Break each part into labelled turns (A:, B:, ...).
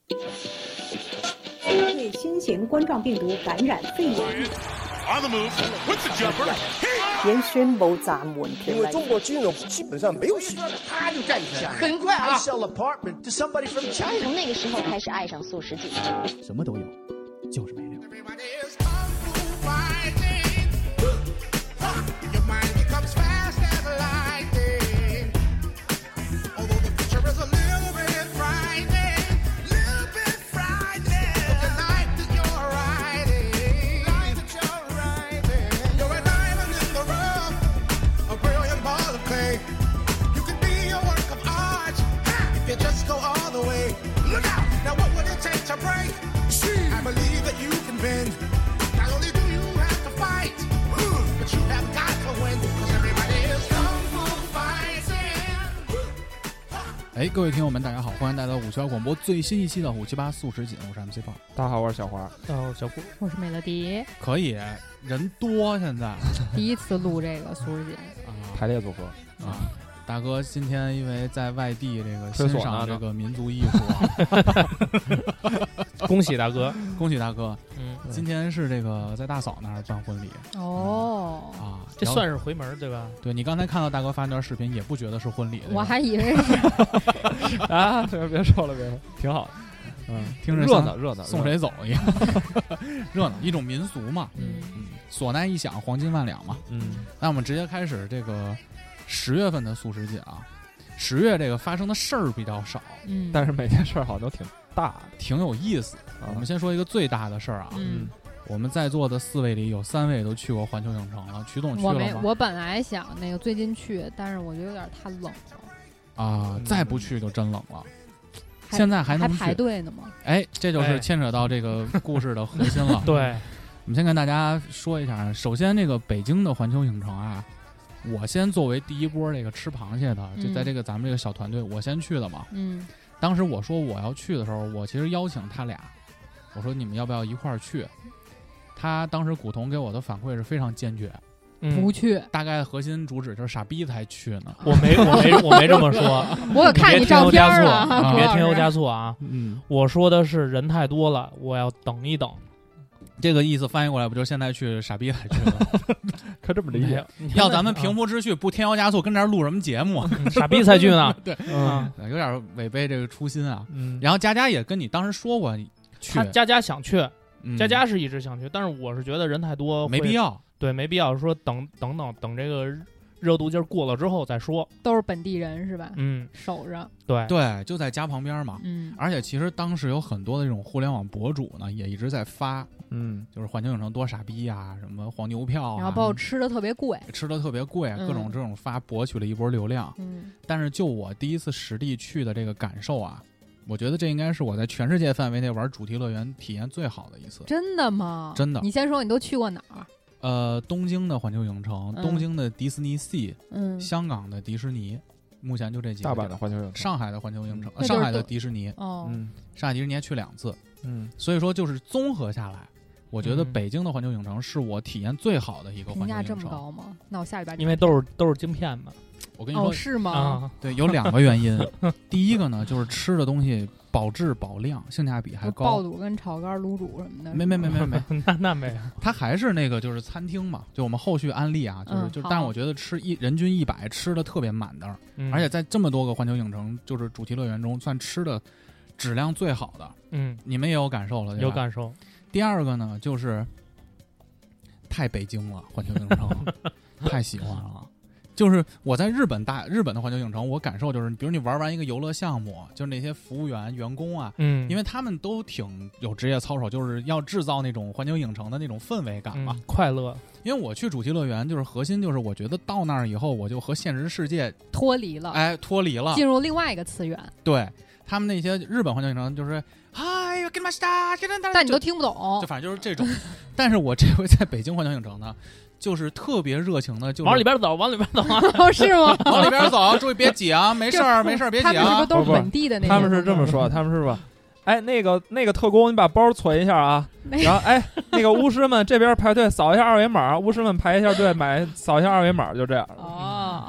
A: 对新型冠状病毒感染肺炎
B: 原宣布暂缓条例，
C: 因为中国金融基本上没有戏，他就站起来，很快啊 ，sell apartment to somebody from China。
D: 从那个时候开始爱上素食锦，
E: 什么都有，就是没料。各位听友们大家好，欢迎来到578广播最新一期的578素食锦，我是 MC 豹。
F: 大家好，我是小华。
G: 大家好，小胡。
H: 我是美乐迪。
E: 可以，人多现在
H: 第一次录这个素食锦
F: 排列组合
E: 啊。大哥今天因为在外地这个欣赏这个民族艺术
G: 恭喜大哥，
E: 恭喜大哥。今天是这个在大嫂那儿办婚礼
G: 这算是回门对吧？
E: 对，你刚才看到大哥发那段视频也不觉得是婚礼，
H: 我还以为是
F: 啊，别说了，别说，挺好的，
E: 听着
F: 热闹，
E: 送谁走一样，热闹，一种民俗嘛，唢呐一响，黄金万两嘛，那我们直接开始这个10月份的素食锦啊。10月这个发生的事儿比较少，
F: 但是每件事儿好像都挺大的，
E: 挺有意思。我们先说一个最大的事儿啊，我们在座的4位里有3位都去过环球影城了，曲总去了吗？
H: 我本来想那个最近去，但是我觉得有点太冷了
E: 啊，再不去就真冷了。现在还能去
H: 排队呢吗？
E: 哎，这就是牵扯到这个故事的核心了。
G: 对，
E: 我们先跟大家说一下，首先这个北京的环球影城啊，我先作为第一波这个吃螃蟹的，就在这个咱们这个小团队，我先去的嘛。当时我说我要去的时候，我其实邀请他俩，我说你们要不要一块儿去？他当时古潼给我的反馈是非常坚决，
H: 不去。
E: 大概核心主旨就是傻逼才去呢。
G: 我没这么说，
H: 我可看你照片了，
G: 你别添油加醋啊。我说的是人太多了，我要等一等。
E: 这个意思翻译过来不就现在去傻逼才去了？
F: 可这么理解？
E: 要咱们平铺直叙，不添油加醋，跟这儿录什么节目？
G: 傻逼才去呢？
E: 对，有点违背这个初心啊。然后佳佳也跟你当时说过去，
G: 佳佳想去，佳佳是一直想去，但是我是觉得人太多，
E: 没必要。
G: 对，没必要说等这个热度劲儿过了之后再说。
H: 都是本地人是吧？守着。
E: 对，就在家旁边嘛。而且其实当时有很多的这种互联网博主呢，也一直在发，就是环球影城多傻逼啊，什么黄牛票啊，
H: 然后包括吃的特别贵，
E: 各种这种发博取了一波流量。但是就我第一次实地去的这个感受啊，我觉得这应该是我在全世界范围内玩主题乐园体验最好的一次。
H: 真的吗？
E: 真的。
H: 你先说你都去过哪儿？
E: 东京的环球影城，东京的迪士尼 Sea，香港的迪士尼，目前就这几个。
F: 大阪的环球影城，
E: 上海的环球影城，上海的迪士尼，上海迪士尼还去2次，所以说就是综合下来，我觉得北京的环球影城是我体验最好的一个环球影城。
H: 评价这么高吗？那我下礼拜
G: 因为都是晶片嘛。
E: 我跟你说，
H: 是吗？
E: 对，有2个原因。第一个呢，就是吃的东西保质保量，性价比还高。
H: 爆肚跟炒肝、卤煮什么的。
E: 没，
G: 那没有。
E: 它还是那个就是餐厅嘛，就我们后续安利啊，就是，但是我觉得人均100吃的特别满的，而且在这么多个环球影城就是主题乐园中，算吃的质量最好的。你们也有感受了，对吧？
G: 有感受。
E: 第二个呢，就是太北京了，环球影城太喜欢了。就是我在日本的环球影城，我感受就是，比如你玩完一个游乐项目，就是那些服务员、员工啊，因为他们都挺有职业操守，就是要制造那种环球影城的那种氛围感嘛，
G: 快乐。
E: 因为我去主题乐园，就是核心就是我觉得到那儿以后，我就和现实世界
H: 脱离了，进入另外一个次元。
E: 对，他们那些日本环球影城就是嗨，
H: 但你都听不懂，
E: 就反正就是这种。但是我这回在北京环球影城呢，就是特别热情的，就是
G: 往里边走啊，
H: 是吗？
E: 往里边走，注意别挤啊，没事儿，别挤啊。
H: 他们是不是都是本地的那种？
F: 他们是这么说，他们是吧？哎，那个特工，你把包存一下啊。然后哎，那个巫师们这边排队扫一下2维码，巫师们排一下队，扫一下2维码，就这样。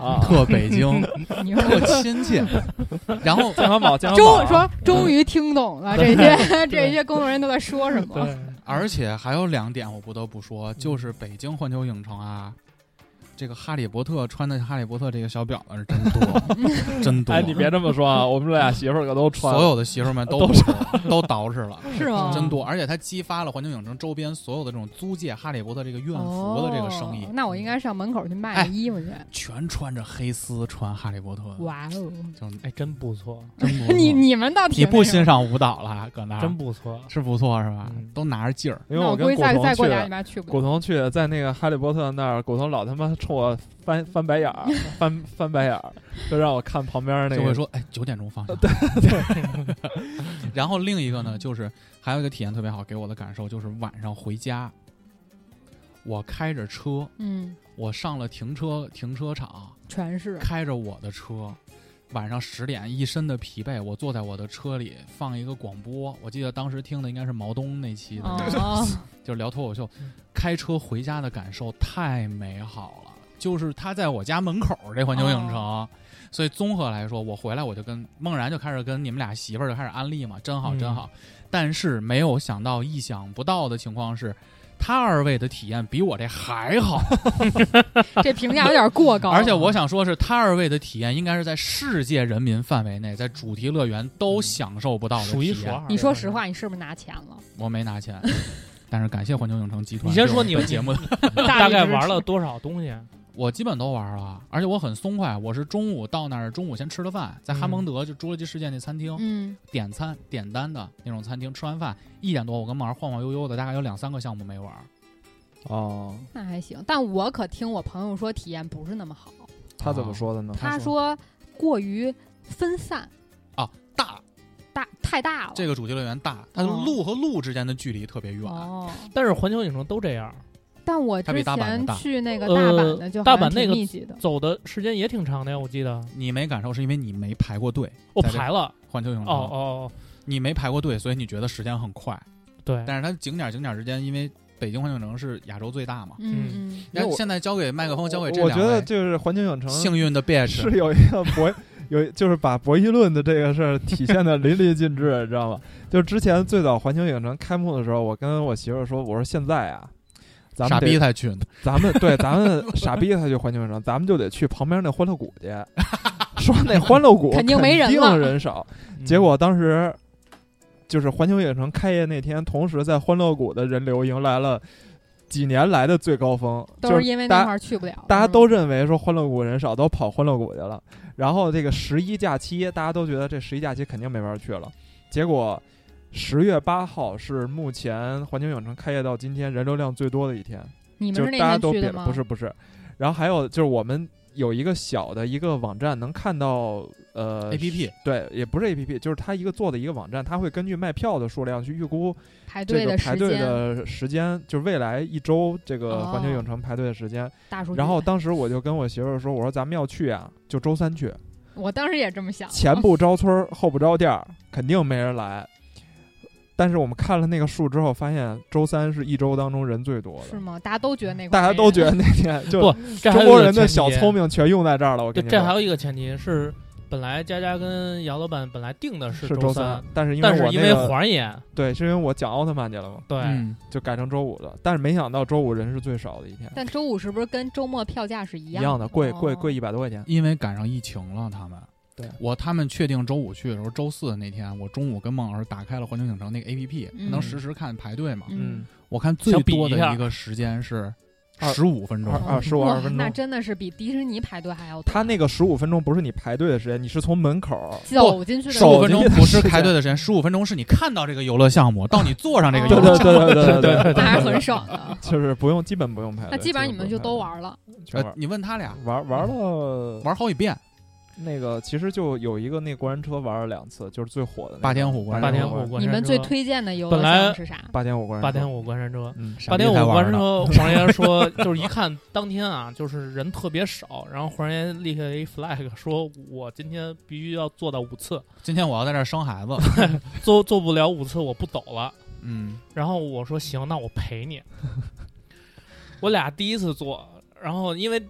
E: 特北京，特亲切。然后
F: 健康宝
H: 终于听懂了这些工作人员都在说什么。
E: 而且还有2点我不得不说，就是北京环球影城啊。这个哈利波特穿的哈利波特这个小婊子是真多，真多。
F: 哎，你别这么说啊，我们俩媳妇儿可都穿，
E: 所有的媳妇儿们都捯饬了，
H: 是吗？
E: 真多，而且它激发了环球影城周边所有的这种租借哈利波特这个院服的这个生意。
H: 那我应该上门口去卖衣服去。
E: 全穿着黑丝穿哈利波特。
H: 哇哦，
G: 真不错，
E: 真不错。
H: 你们倒挺
E: 你不欣赏舞蹈了，搁那
G: 真不错，
E: 是不错是吧？都拿着劲儿。
F: 因为我跟古潼去，在那个哈利波特那儿，古潼老他妈冲我翻白眼儿，翻白眼儿，就让我看旁边那个，
E: 就会说，哎，9点钟放下。
F: 对。
E: 然后另一个呢，就是还有一个体验特别好，给我的感受就是晚上回家，我开着车，我上了停车场，
H: 全是
E: 开着我的车。晚上10点，一身的疲惫，我坐在我的车里放一个广播，我记得当时听的应该是毛东那期的，就是聊脱口秀。开车回家的感受太美好了，就是他在我家门口这环球影城，所以综合来说，我回来我就跟梦然就开始跟你们俩媳妇儿就开始安利嘛，真好真好。但是没有想到，意想不到的情况是，他2位的体验比我这还好。
H: 这评价有点过高。
E: 而且我想说是，他2位的体验应该是在世界人民范围内，在主题乐园都享受不到的体验，
G: 数一数二。
H: 你说实话，你是不是拿钱了？
E: 我没拿钱，但是感谢环球影城集团。
G: 你先说你们
E: 节目
G: 大概玩了多少东西？
E: 我基本都玩了，而且我很松快。我是中午到那儿，中午先吃了饭，在哈蒙德就侏罗纪世界那餐厅，点单的那种餐厅，吃完饭1点多，我跟梦儿晃晃悠悠的，大概有2-3个项目没玩。
F: 哦，
H: 那还行，但我可听我朋友说体验不是那么好。
F: 他怎么说的呢？
H: 他说过于分散
E: 啊，
H: 太大了。
E: 这个主题乐园大，它路和路之间的距离特别远。
G: 但是环球影城都这样。
H: 但我之前去那个大阪的就
G: 大阪那个
H: 密集的，
G: 走的时间也挺长的呀，我记得。
E: 你没感受是因为你没排过队。
G: 我排了
E: 环球影城。你没排过队，所以你觉得时间很快。
G: 对。
E: 但是它景点之间，因为北京环球影城是亚洲最大嘛。那现在交给麦克风，交给这2位。
F: 我觉得就是环球影城
E: 幸运的 bitch
F: 是有一个就是把博弈论的这个事儿体现的淋漓尽致，你知道吗？就之前最早环球影城开幕的时候，我跟我媳妇说，我说现在啊。咱们
E: 傻逼才去呢，
F: 咱们傻逼才去环球影城，咱们就得去旁边那欢乐谷去。说那欢乐谷
H: 肯定没人了，
F: 肯定人少。结果当时就是环球影城开业那天，同时在欢乐谷的人流迎来了几年来的最高峰，
H: 都是因为那块儿去不了，
F: 大家都认为说欢乐谷人少，都跑欢乐谷去了。然后这个11假期，大家都觉得这11假期肯定没法去了，结果。10月8号是目前环球影城开业到今天人流量最多的一天。
H: 你们是那天去的吗？
F: 不是。然后还有就是我们有一个小的一个网站，能看到
E: APP，
F: 对，也不是 APP， 就是它一个做的一个网站，它会根据卖票的数量去预估
H: 排队
F: 的时间，就是未来1周这个环球影城排队的时间。
H: 大数据。
F: 然后当时我就跟我媳妇说，我说咱们要去啊，就周3去。
H: 我当时也这么想。
F: 前不着村后不着店，肯定没人来。但是我们看了那个数之后，发现周3是1周当中人最多的。
H: 是吗？大家都觉得那
F: 大家都觉得那天就
G: 不，
F: 中国人的小聪明全用在这儿了。我跟你说，
G: 这还有一个前提是，本来佳佳跟姚老板本来定的是
F: 周
G: 3，
F: 但是因
G: 为黄眼，
F: 对，是因为我讲奥特曼去了嘛，
G: 对，
F: 就改成周5了。但是没想到周5人是最少的一天。
H: 但周5是不是跟周末票价是一样
F: 的？贵100多块钱，
E: 因为赶上疫情了，他们。
F: 对，
E: 他们确定周5去的时候，周4那天我中午跟孟老师打开了环球影城那个 APP，能实时看排队嘛。我看最多的一个时间是15分钟
F: ，15-20分钟，
H: 那真的是比迪士尼排队还要多。
F: 他那个15分钟不是你排队的时间，你是从门口
H: 走进去的。
E: 15分钟不是排队的时间，15分钟是你看到这个游乐项目，到你坐上这个游乐项目。
F: 对，
H: 那还很爽的。
F: 就是基本不用排队。
H: 那基本上你们就都玩了。
E: 你问他俩
F: 玩
E: 好几遍。
F: 那个其实就有一个那过山车玩了2次，就是最火的
E: 霸天虎过山车。
H: 你们最推荐的游乐项目是啥？
F: 霸天虎过山车。
G: 霸天虎过山车。
E: 霸天
G: 虎过山车，黄爷说就是一看当天啊，就是人特别少，然后黄爷立下一 flag 说，我今天必须要做到5次。
E: 今天我要在这儿生孩子，
G: 做不了5次我不走了。然后我说行，那我陪你。我俩第一次做，然后因为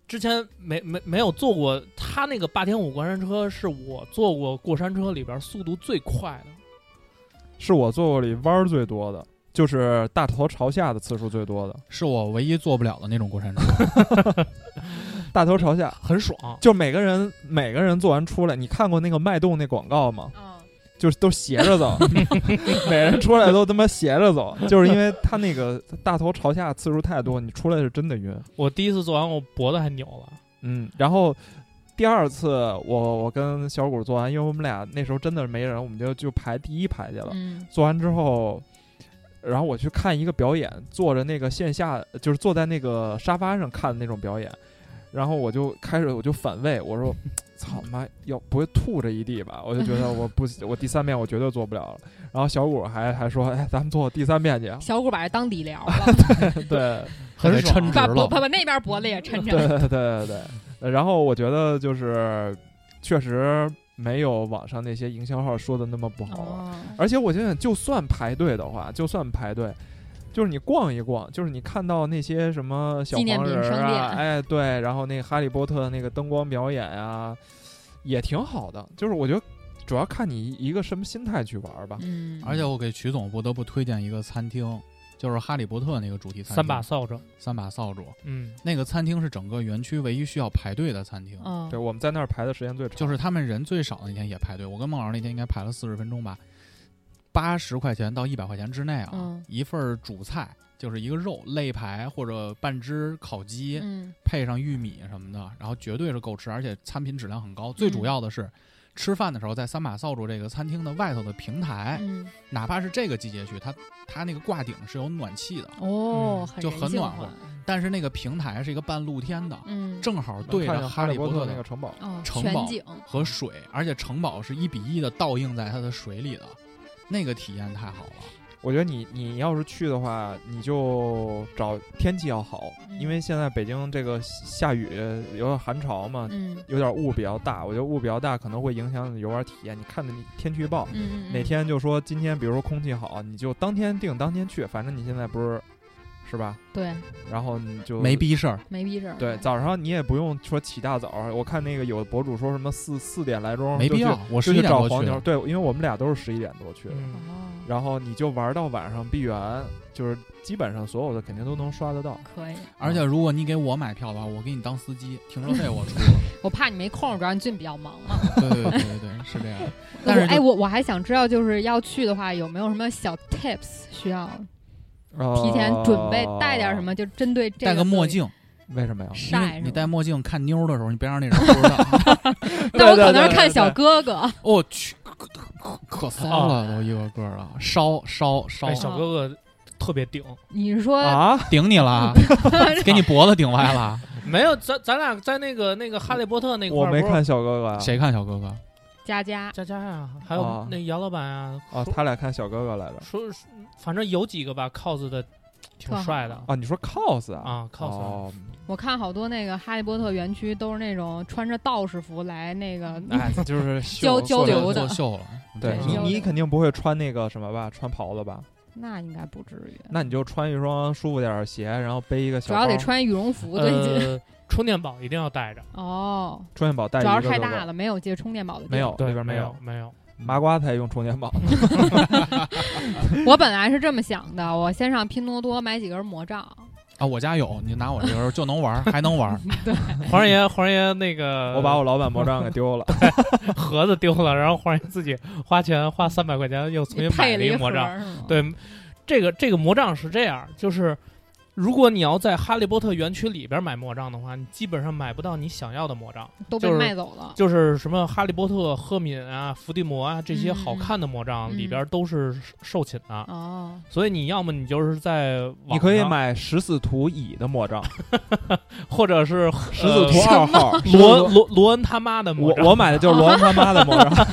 G: 之前没有坐过，他那个霸天虎过山车是我坐过过山车里边速度最快的，
F: 是我坐过里弯最多的，就是大头朝下的次数最多的，是
E: 我唯一坐不了的那种过山车。
F: 大头朝下
G: 很爽，
F: 就每个人做完出来，你看过那个脉动那广告吗？就是都斜着走，每人出来都他妈斜着走，就是因为他那个大头朝下次数太多，你出来是真的晕。
G: 我第一次做完，我脖子还扭了。
F: 然后第二次我跟小谷做完，因为我们俩那时候真的没人，我们就排第一排去了。做完之后，然后我去看一个表演，坐着那个线下，就是坐在那个沙发上看的那种表演。然后我就反胃，我说操妈，要不会吐这一地吧？我就觉得我第三遍我绝对做不了了。然后小谷还说，哎，咱们做第三遍去。
H: 小谷把这当底疗了，
F: 对，
E: 很抻直了，
H: 把那边脖子也抻
F: 着。对。然后我觉得就是确实没有网上那些营销号说的那么不好，而且我觉得就算排队的话，就是你逛一逛，就是你看到那些什么小黄人啊，哎，对，然后那个哈利波特那个灯光表演啊，也挺好的。就是我觉得主要看你一个什么心态去玩吧。
E: 而且我给曲总不得不推荐一个餐厅，就是哈利波特那个主题餐厅，三把扫帚。那个餐厅是整个园区唯一需要排队的餐厅。
F: 对，我们在那儿排的时间最长，
E: 就是他们人最少的那天也排队。我跟孟老师那天应该排了40分钟吧。80块钱到100块钱之内啊，一份主菜就是一个肉肋排或者半只烤鸡，配上玉米什么的，然后绝对是够吃，而且餐品质量很高。最主要的是，吃饭的时候在三把扫帚这个餐厅的外头的平台，哪怕是这个季节去，它那个挂顶是有暖气的就很暖和。但是那个平台是一个半露天的，正好对着哈利波特
F: 那个城堡
E: 和水，而且城堡是1比1的倒映在它的水里的。那个体验太好了，
F: 我觉得你要是去的话，你就找天气要好，因为现在北京这个下雨有点寒潮嘛，有点雾比较大，我觉得雾比较大可能会影响你游玩体验。你看着你天气预报，哪天就说今天比如说空气好，你就当天定当天去，反正你现在不是吧？
H: 对，
F: 然后你就
E: 没逼事儿。
F: 对，早上你也不用说起大早，我看那个有的博主说什么4点来钟，
E: 没必要。我11点
F: 多去找黄牛，对，因为我们俩都是11点多去的。然后你就玩到晚上闭园，就是基本上所有的肯定都能刷得到。
H: 可以。
E: 而且如果你给我买票的话，我给你当司机，停车费我出了。
H: 我怕你没空，主要你最近比较忙嘛。
E: 对，是这样。但是
H: 我还想知道，就是要去的话，有没有什么小 tips 需要？提前准备带点什么，就针对这个。
E: 戴个墨镜，
F: 为什么呀？
H: 晒。
E: 你戴墨镜看妞的时候，你别让那人不知道。
H: 那我可能是看小哥哥。
E: 我去，可骚了，都一个个的，烧。
G: 小哥哥特别顶。
H: 你是说
F: 啊？
E: 顶你了？给你脖子顶歪了？
G: 没有，咱俩在那个哈利波特那块，
F: 我没看小哥哥呀。
E: 谁看小哥哥？
H: 佳
G: 呀，还有那姚老板啊。
F: 他俩看小哥哥来着。
G: 说反正有几个吧 cos 的挺帅的
F: 啊。你说 cos 啊
G: ？cos。
H: 我看好多那个哈利波特园区都是那种穿着道士服来那个，
F: 就是
H: 交流的
E: 秀了。
F: 对，你肯定不会穿那个什么吧？穿袍子吧？
H: 那应该不至于。
F: 那你就穿一双舒服点的鞋，然后背一个小包。
H: 主要得穿羽绒服最近。
G: 充电宝一定要带着
F: 充电宝带一
H: 个。主要是太大了，没有接充电宝的地方。
F: 没有，
G: 那
F: 边没
G: 有。
F: 麻瓜才用充电宝。
H: 我本来是这么想的，我先上拼多多买几根魔杖。
E: 我家有，你拿我这根就能玩，还能玩。
H: 对，
G: 黄爷那个，
F: 我把我老板魔杖给丢了，
G: 盒子丢了，然后黄爷自己花300块钱又重新买了一个魔杖。对，这个魔杖是这样，就是。如果你要在哈利波特园区里边买魔杖的话，你基本上买不到你想要的魔杖，
H: 都被卖走了。
G: 就是什么哈利波特、赫敏啊、伏地魔啊这些好看的魔杖里边都是售罄的所以你要么你就是在网上，
F: 你可以买十字图乙的魔杖，
G: 或者是
F: 十字图2号
G: 罗恩他妈的魔杖。
F: 我买的就是罗恩他妈的魔杖。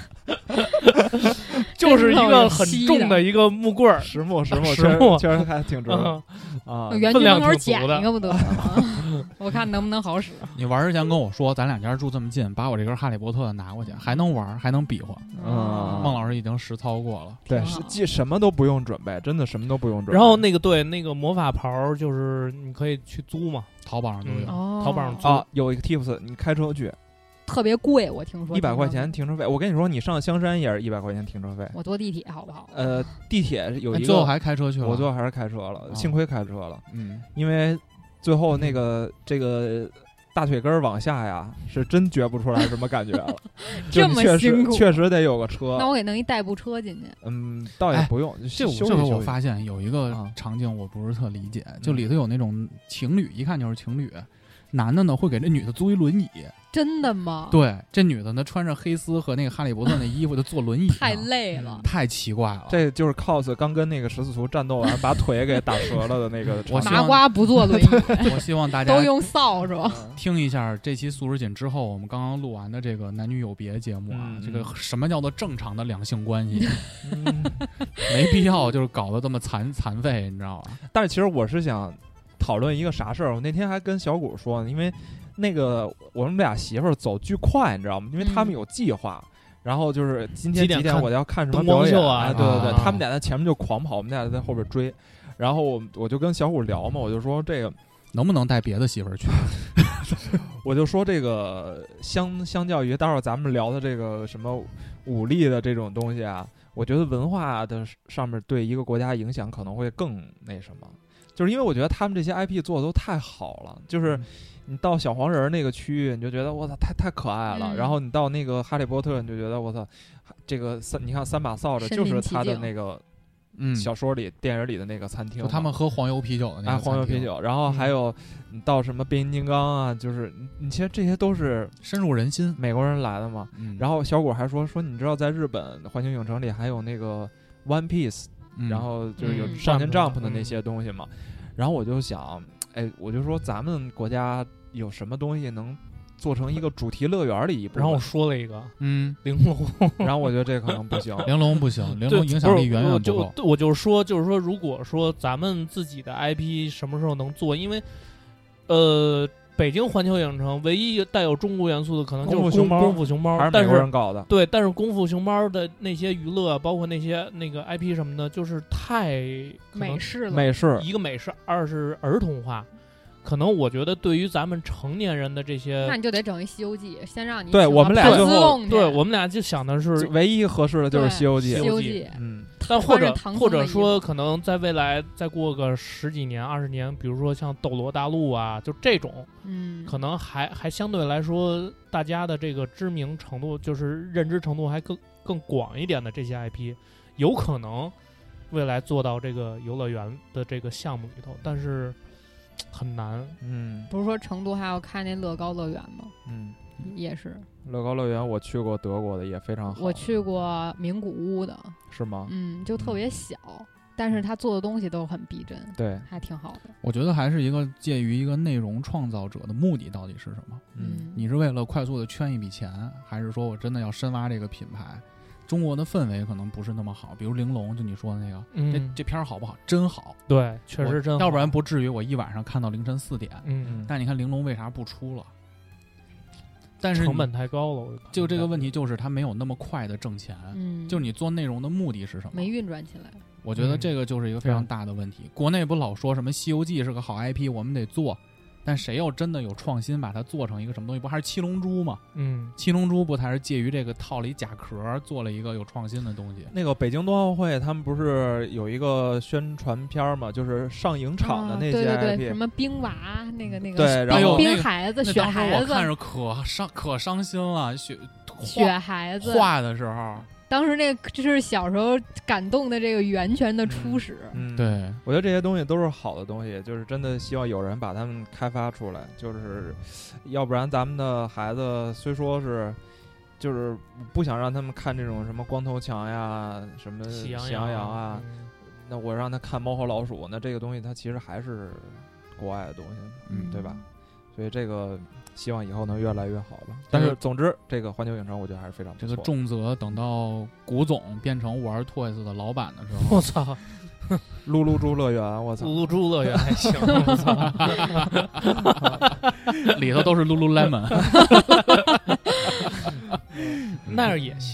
G: 就是一个很重的一个木棍儿，
F: 实木，确实还挺值啊！
H: 园区门口捡一个不得了吗？我看能不能好使。
E: 你玩之前跟我说，咱两家住这么近，把我这根哈利波特拿过去，还能玩，还能比划。孟老老师已经实操过了，
F: 对，什么都不用准备，真的什么都不用准备。
G: 然后那个魔法袍就是你可以去租嘛，
E: 淘宝上都有，
G: 淘宝上租
F: 啊。有一个 tips， 你开车去。
H: 特别贵，我听说
F: 100块钱停车费。我跟你说，你上香山也是100块钱停车费。
H: 我坐地铁好不好？
F: 地铁有一个，
E: 最后还开车去了。
F: 我最后还是开车了，幸亏开车了。因为最后这个大腿根往下呀，是真觉不出来什么感觉了。
H: 这么辛苦，
F: 确实得有个车。
H: 那我给弄一代步车进去。
F: 倒也不用。
E: 这回我发现有一个场景我不是特理解，就里头有那种情侣，一看就是情侣，男的呢会给这女的租一轮椅。
H: 真的吗？
E: 对，这女的呢穿着黑丝和那个哈利波特那衣服就坐轮椅，
H: 太累了，
E: 太奇怪了。
F: 这就是 cos 刚跟那个十字图战斗完，把腿给打折了的那个。
H: 麻瓜不坐轮椅，
E: 我希望大家
H: 都用扫帚。
E: 听一下这期素食锦之后，我们刚刚录完的这个男女有别节目啊，这个什么叫做正常的两性关系？没必要就是搞得这么残废，你知道吧？
F: 但是其实我是想讨论一个啥事儿，我那天还跟小谷说呢，因为。那个我们俩媳妇儿走巨快，你知道吗？因为他们有计划，然后就是今天几点我要看什么表演
G: 啊？
F: 对对对，他们俩在前面就狂跑，我们俩在后边追。然后我就跟小虎聊嘛，我就说这个
E: 能不能带别的媳妇儿去？
F: 我就说这个相较于待会儿咱们聊的这个什么武力的这种东西啊，我觉得文化的上面对一个国家影响可能会更那什么，就是因为我觉得他们这些 IP 做的都太好了，就是。你到小黄人那个区域，你就觉得我操太可爱了。然后你到那个哈利波特，你就觉得我操，这个你看三把扫帚就是他的那个小说里、电影里的那个餐厅，
E: 就他们喝黄油啤酒的那个
F: 黄油啤酒。然后还有你到什么变形金刚啊，就是你其实这些都是
E: 深入人心，
F: 美国人来的嘛。然后小果还说你知道在日本环球影城里还有那个 One Piece，然后就是有少年 Jump 的那些东西嘛。然后我就想。我就说咱们国家有什么东西能做成一个主题乐园里一部分？
G: 然后我说了一个，玲珑，
F: 然后我觉得这可能不行，
E: 玲珑不行，玲珑影响力远远不够。
G: 我就是说，如果说咱们自己的 IP 什么时候能做？因为，北京环球影城唯一带有中国元素的可能就是功夫熊猫，
F: 还是美国人搞的。
G: 对，但是功夫熊猫的那些娱乐，包括那个 IP 什么的，就是太
H: 美式了。
G: 一个美式，二是儿童化。可能我觉得对于咱们成年人的这些，
H: 那你就得整一《西游记》，先让你
F: 对我们俩最后，
G: 对我们俩就想的是
F: 唯一合适的就是《西游记》。
H: 西游记，
G: 但或者说可能在未来再过个10几年、20年，比如说像《斗罗大陆》啊，就这种，可能还相对来说大家的这个知名程度，就是认知程度还更广一点的这些 IP， 有可能未来做到这个游乐园的这个项目里头，但是。很难，
H: 不是说成都还要开那乐高乐园吗？也是。
F: 乐高乐园我去过德国的，也非常好。
H: 我去过名古屋的，
F: 是吗？
H: 就特别小，但是他做的东西都很逼真，
F: 对，
H: 还挺好的。
E: 我觉得还是一个介于一个内容创造者的目的到底是什么？你是为了快速的圈一笔钱，还是说我真的要深挖这个品牌？中国的氛围可能不是那么好，比如玲珑，就你说的那个，这片好不好？真好，
G: 对，确实真好，
E: 要不然不至于我一晚上看到凌晨4点。但你看玲珑为啥不出了？但是
G: 成本太高了，
E: 就这个问题就是它没有那么快的挣钱。就你做内容的目的是什么？
H: 没运转起来。
E: 我觉得这个就是一个非常大的问题。国内不老说什么《西游记》是个好 IP， 我们得做。但谁要真的有创新，把它做成一个什么东西，不还是七龙珠吗？七龙珠不才是介于这个套了一甲壳，做了一个有创新的东西。
F: 那个北京冬奥会，他们不是有一个宣传片嘛，就是上影厂的那些 IP，
H: 对，什么冰娃那个，
F: 对，然后
H: 冰孩子、雪孩子，
E: 我看着可伤心了，
H: 雪孩子
E: 画的时候。
H: 当时那个就是小时候感动的这个源泉的初始。
E: 对，
F: 我觉得这些东西都是好的东西，就是真的希望有人把它们开发出来，就是要不然咱们的孩子虽说是就是不想让他们看这种什么光头强呀，什么喜羊羊啊，那我让他看猫和老鼠，那这个东西它其实还是国外的东西，对吧？所以这个希望以后能越来越好吧。但是总之，这个环球影城我觉得还是非常不错。
E: 这个重则等到古总变成玩 Toys 的老板的时候，
G: 我操！
F: 噜噜猪乐园，我操！
G: 噜噜猪乐园还行，我操！
E: 里头都是 Lululemon，
G: 那样也行。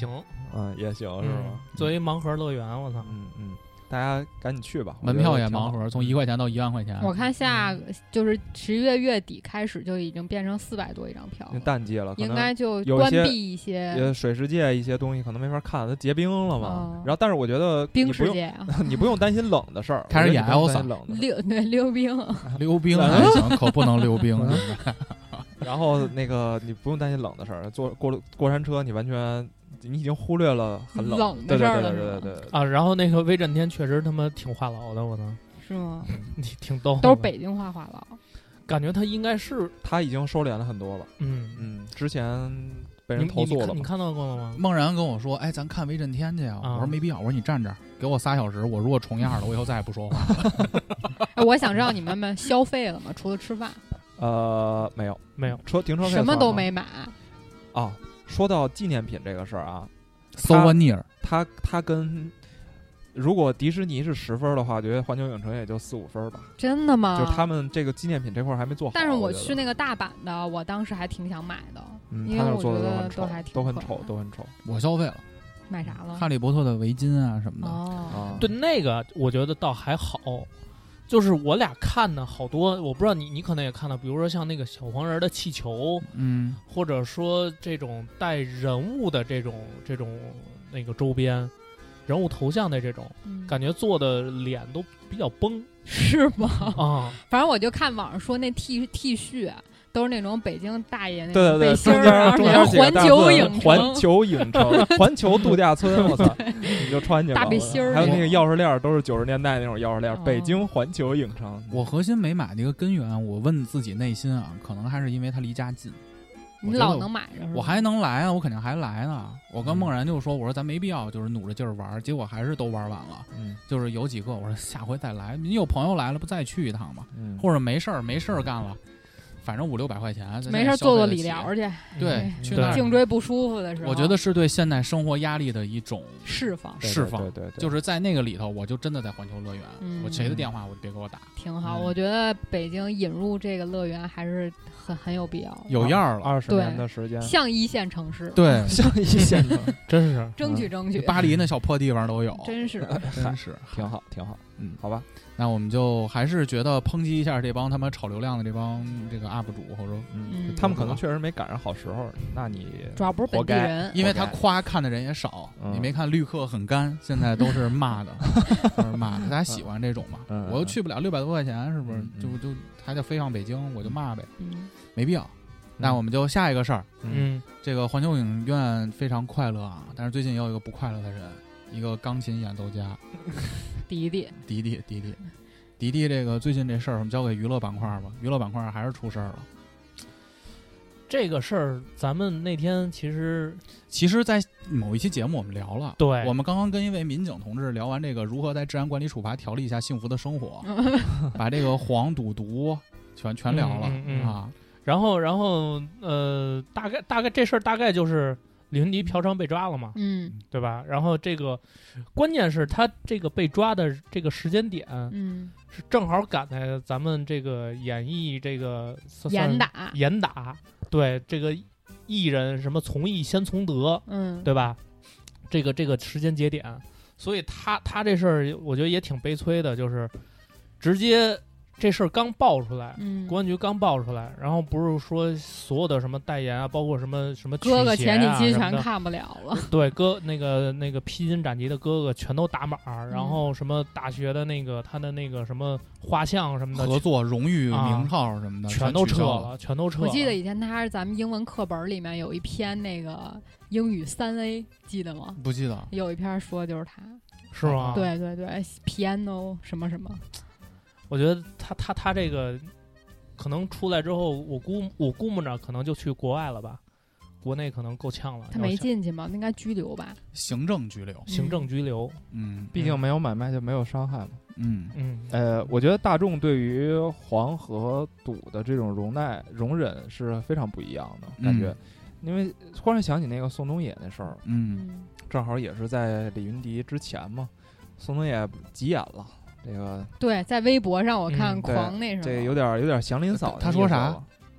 F: 也行是吧？
G: 作为盲盒乐园，我操，
F: 大家赶紧去吧，
E: 门票也盲盒，从1块钱到1万块钱。
H: 我看就是11月月底开始就已经变成400多一张票了，
F: 淡季了，
H: 应该就关闭一些
F: 水世界一些东西可能没法看，它结冰了嘛。然后，但是我觉得
H: 冰世界啊，
F: 你不用担心冷的事儿，
E: 开始演 Elsa
H: 溜冰，
E: 溜冰还行，可不能溜冰。
F: 然后你不用担心冷的事儿，坐过山车你完全。你已经忽略了很冷
H: 的事儿
F: 了，对
G: 啊。然后那个威震天确实他妈挺话痨的，我操，
H: 是吗？
G: 挺逗，
H: 都是北京话痨，
G: 感觉他应该是
F: 他已经收敛了很多了。之前被人投诉了，
G: 你看到过了吗？
E: 梦然跟我说：“哎，咱看威震天去啊！”我说没必要，我说你站这儿，给我3小时，我如果重样了，我以后再也不说话
H: 了。我想知道你们消费了吗？除了吃饭？
F: 没有，停车费
H: 什么都没买
F: 啊。说到纪念品这个事儿啊
E: ，souvenir，
F: 它跟如果迪士尼是10分的话，我觉得环球影城也就4、5分吧。
H: 真的吗？
F: 就是他们这个纪念品这块还没做好。
H: 但是我去那个大阪的，我当时还挺想买的，因为我觉得都很丑。
E: 我消费了，
H: 买啥了？
E: 哈利波特的围巾啊什么的。
G: 对，那个我觉得倒还好。就是我俩看的好多，我不知道你可能也看到，比如说像那个小黄人的气球，或者说这种带人物的这种那个周边，人物头像的这种，感觉做的脸都比较崩，
H: 是吗？
G: 啊，
H: 反正我就看网上说那 T 恤。都是那种北京大爷那
F: 种
H: 背心儿，
F: 中间
H: 环球
F: 影城、环球度假村，我操，你就穿去吧。
H: 大背心儿，
F: 还有那个钥匙链都是90年代那种钥匙链，北京环球影城。
E: 我核心没买的一个根源，我问自己内心啊，可能还是因为它离家近。
H: 你老能买着，
E: 我还能来啊，我肯定还来呢。我跟梦然就说，我说咱没必要就是努着劲儿玩，结果还是都玩完了。就是有几个我说下回再来，你有朋友来了不再去一趟吗？或者没事儿干了。反正500-600块钱，
H: 没事做理疗去。
E: 对，去那
H: 颈椎不舒服的时候，
E: 我觉得是对现代生活压力的一种
H: 释放。
F: 对，
E: 就是在那个里头，我就真的在环球乐园，我谁的电话我别给我打。
H: 挺好，我觉得北京引入这个乐园还是很有必要，
E: 有样了。
F: 20年的时间，
H: 像1线城市，
E: 对，
F: 像1线城市，
G: 真是
H: 争取。
E: 巴黎那小破地方都有，
H: 真是
F: 挺好。好吧。
E: 那我们就还是觉得抨击一下这帮他们炒流量的这帮这个 UP 主，或者
F: 他们可能确实没赶上好时候，那你
H: 主要不是本地人，
E: 因为他夸看的人也少。你没看绿客很干，现在都是骂的，大家喜欢这种嘛？我又去不了600多块钱，是不是？就还得飞上北京，我就骂呗，没必要。那我们就下一个事儿，这个环球影院非常快乐啊，但是最近也有一个不快乐的人，一个钢琴演奏家。迪迪，这个最近这事儿我们交给娱乐板块吧。娱乐板块还是出事儿了。
G: 这个事儿咱们那天其实
E: 在某一期节目我们聊了。
G: 对，
E: 我们刚刚跟一位民警同志聊完这个如何在治安管理处罚条例下幸福的生活，把这个黄赌毒全聊了啊。
G: 然后大概这事儿大概就是李云迪嫖娼被抓了嘛，对吧？然后这个关键是他这个被抓的这个时间点，是正好赶在咱们这个演艺这个严打，对这个艺人什么从艺先从德，对吧？这个时间节点，所以他这事儿我觉得也挺悲催的，就是直接。这事儿刚爆出来，公安局刚爆出来，然后不是说所有的什么代言啊，包括什么
H: 哥哥前几期全看不了了。
G: 对，那个披荆斩棘的哥哥全都打码，然后什么大学的那个他的那个什么画像什么的
E: 合作荣誉名号什么的，
G: 全都撤了。
H: 我记得以前他还是咱们英文课本里面有一篇那个英语3A，记得吗？
E: 不记得。有
H: 一篇说就是他，
G: 是吗？
H: 对 ，piano 什么什么。
G: 我觉得他这个可能出来之后，我估摸着可能就去国外了吧，国内可能够呛了。
H: 他没进去吗？应该拘留吧？
E: 行政拘留。
F: 毕竟没有买卖就没有伤害嘛。我觉得大众对于黄和赌的这种容忍是非常不一样的感觉，因为忽然想起那个宋冬野那事儿，正好也是在李云迪之前嘛，宋冬野急眼了。这个
H: 对，在微博上我看狂那什么，
F: 这有点祥林嫂。
E: 他说啥？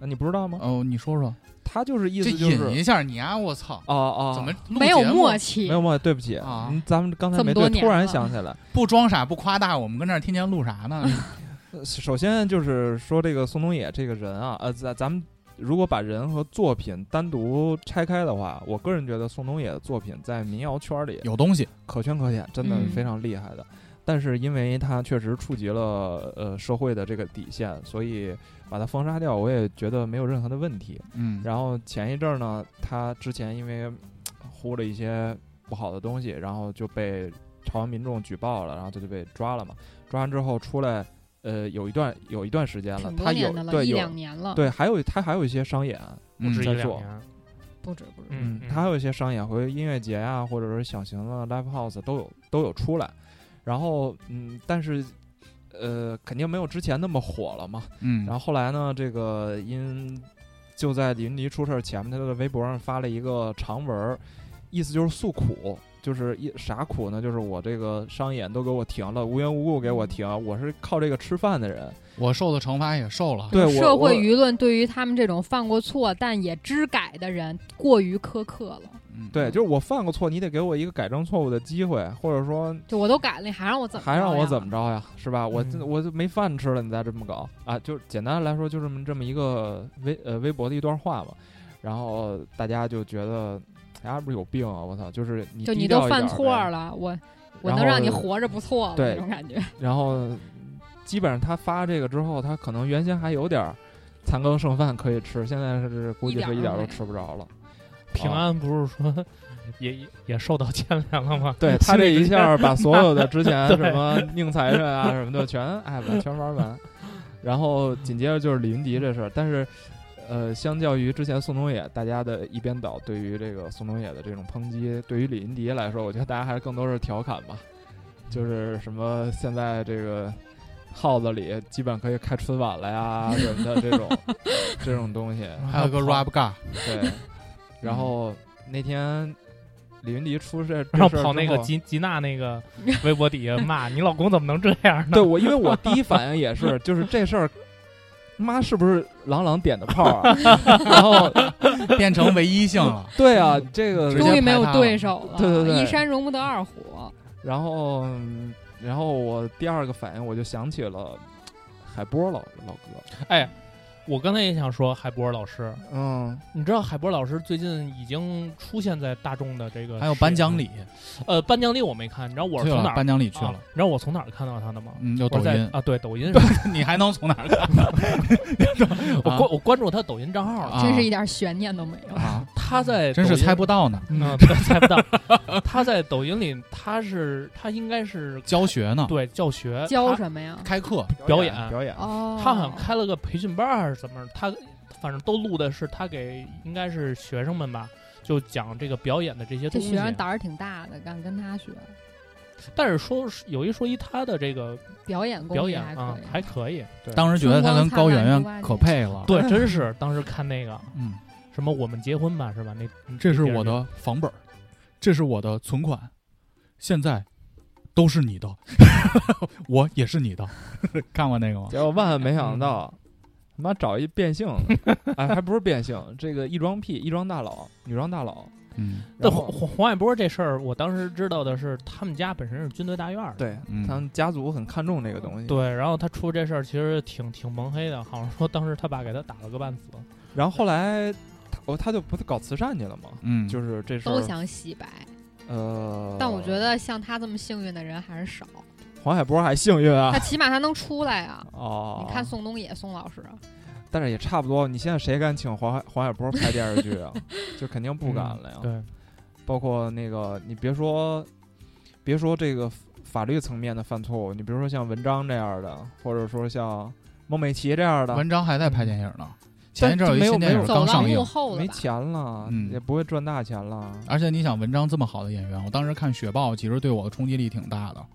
F: 你不知道吗？
E: 哦，你说说。
F: 他就是意思就是
E: 引一下你啊！我操！怎么
H: 没有默契？
F: 没有默契，对不起
E: 啊！
F: 咱们刚才没对，突然想起来，
E: 不装傻不夸大，我们跟这儿天天录啥呢？
F: 首先就是说这个宋冬野这个人啊，咱们如果把人和作品单独拆开的话，我个人觉得宋冬野的作品在民谣圈里
E: 有东西，
F: 可圈可点，真的非常厉害的。但是因为他确实触及了社会的这个底线，所以把他封杀掉，我也觉得没有任何的问题。然后前一阵呢，他之前因为呼了一些不好的东西，然后就被朝阳民众举报了，然后他就被抓了嘛。抓完之后出来，有一段时间了，他有对
H: 1-2年了，
F: 对，他还有一些商演在做。
H: 不止，
F: 他还有一些商演和音乐节啊，或者是小型的 live house 都有出来。然后但是肯定没有之前那么火了嘛。然后后来呢，这个就在李云迪出事前面，他的微博上发了一个长文，意思就是诉苦，就是啥苦呢？就是我这个商演都给我停了，无缘无故给我停，我是靠这个吃饭的人，我受的惩罚也受了。
H: 对，社会舆论对于他们这种犯过错但也知改的人过于苛刻了。
F: 对，就是我犯过错，你得给我一个改正错误的机会，或者说，
H: 就我都改了，你还让我怎么
F: 着呀？是吧？我就没饭吃了，你再这么搞啊？就简单来说，就这么一个微博的一段话嘛。然后大家就觉得，大家不是有病啊！我操，就是
H: 你都犯错了，我能让你活着不错了那种感觉。
F: 然后基本上他发这个之后，他可能原先还有点残羹剩饭可以吃，现在是估计是一点都吃不着了。
G: 平安不是说也受到牵连了吗？
F: 对，他这一下把所有的之前什么宁财神啊什么的全玩完，然后紧接着就是李云迪这事儿。但是相较于之前宋冬野，大家的一边倒对于这个宋冬野的这种抨击，对于李云迪来说，我觉得大家还是更多是调侃吧，就是什么现在这个号子里基本可以开春晚了呀什么的这种东西，
E: 还有个 rap god，
F: 对。然后那天李云迪出这
G: 然后跑那个吉娜那个微博底下骂你老公怎么能这样呢？
F: 对，因为我第一反应也是，就是这事儿，妈是不是郎点的炮啊？然后
E: 变成唯一性了。
F: 对啊，这个
H: 终于没有对手了。
F: 对，
H: 一山容不得二虎。
F: 然后我第二个反应我就想起了海波老哥，
G: 哎。我刚才也想说海波老师，你知道海波老师最近已经出现在大众的这个
E: 还有颁奖礼，
G: 颁奖礼我没看，你知道我是从哪儿
E: 颁奖礼去了？
G: 你知道我从哪儿看到他的吗？
E: 有抖音
G: 啊，对，抖音
E: 你还能从哪儿看？
G: 我关注他抖音账号了，
H: 真是一点悬念都没有
G: 啊！他在
E: 真是猜不到呢，
G: 猜不到。他在抖音里，他应该是
E: 教学呢，
G: 对，教学
H: 教什么呀？
E: 开课
G: 表演
H: 哦，
G: 他好像开了个培训班还是怎么？他反正都录的是他给应该是学生们吧，就讲这个表演的这些东西。
H: 这学生胆儿挺大的，敢跟他学。
G: 但是说一他的这个
H: 表演
G: 啊还可以。
E: 当时觉得他跟高圆圆可配了。
G: 对，真是当时看那个什么我们结婚吧是吧？
E: 这是我的房本，这是我的存款，现在都是你的，我也是你的。看过那个吗？
F: 结果万万没想到。他妈找一变性的，哎，还不是变性，这个异装癖、异装大佬、女装大佬。
G: 那黄海波这事儿，我当时知道的是，他们家本身是军队大院的，
F: 对，他们家族很看重这个东西。
G: 对，然后他出这事儿其实挺蒙黑的，好像说当时他爸给他打了个半死。
F: 然后后来他就不是搞慈善去了嘛，就是这事儿
H: 都想洗白。但我觉得像他这么幸运的人还是少。
F: 黄海波还幸运啊，
H: 他起码他能出来啊。
F: 哦，
H: 你看宋冬野宋老师，
F: 但是也差不多。你现在谁敢请黄海波拍电视剧啊？就肯定不敢了呀。
G: 对，
F: 包括那个，你别说这个法律层面的犯错误，你比如说像文章这样的，或者说像孟美岐这样的，
E: 文章还在拍电影呢。前一阵有一新电影刚上映，
F: 没钱了，也不会赚大钱了。
E: 而且你想，文章这么好的演员，我当时看《雪豹》，其实对我的冲击力挺大的。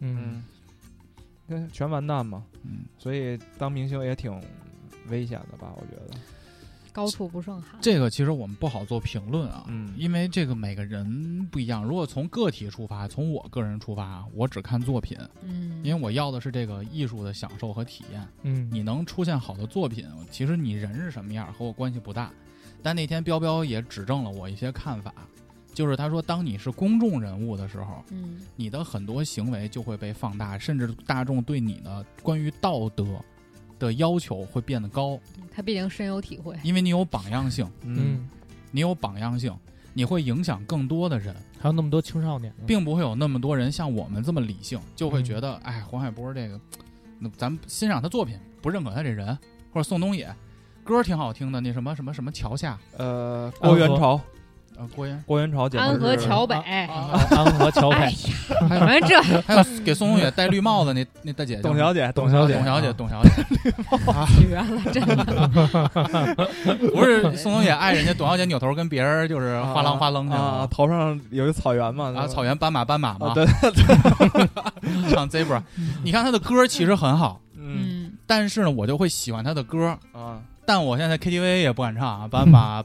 F: 全完蛋嘛，所以当明星也挺危险的吧？我觉得，
H: 高处不胜寒。
E: 这个其实我们不好做评论啊，因为这个每个人不一样。如果从个体出发，从我个人出发，我只看作品，因为我要的是这个艺术的享受和体验。你能出现好的作品，其实你人是什么样和我关系不大。但那天彪彪也指正了我一些看法，就是他说，当你是公众人物的时候，你的很多行为就会被放大，甚至大众对你的关于道德的要求会变得高。
H: 他毕竟深有体会，
E: 因为你有榜样性，你有榜样性，你会影响更多的人。
G: 还有那么多青少年，
E: 并不会有那么多人像我们这么理性，就会觉得，哎，黄海波这个，咱们欣赏他作品，不认可他这人，或者宋冬野歌挺好听的，那什么桥下，
F: 郭元潮。
E: 郭元潮，
H: 安河桥北，
G: 安河桥北，
H: 反正这
E: 还有给宋冬野戴绿帽子那大姐，
F: 董小姐，
E: 绿帽
H: 绝了，真的。
E: 不是宋冬野爱人家董小姐扭头跟别人就是哗啷哗啷的
F: 头上有一个草原嘛，
E: 草原斑马嘛，
F: 对，
E: 唱 Zebra， 你看他的歌其实很好，但是呢，我就会喜欢他的歌啊。但我现在 KTV 也不敢唱啊，斑马，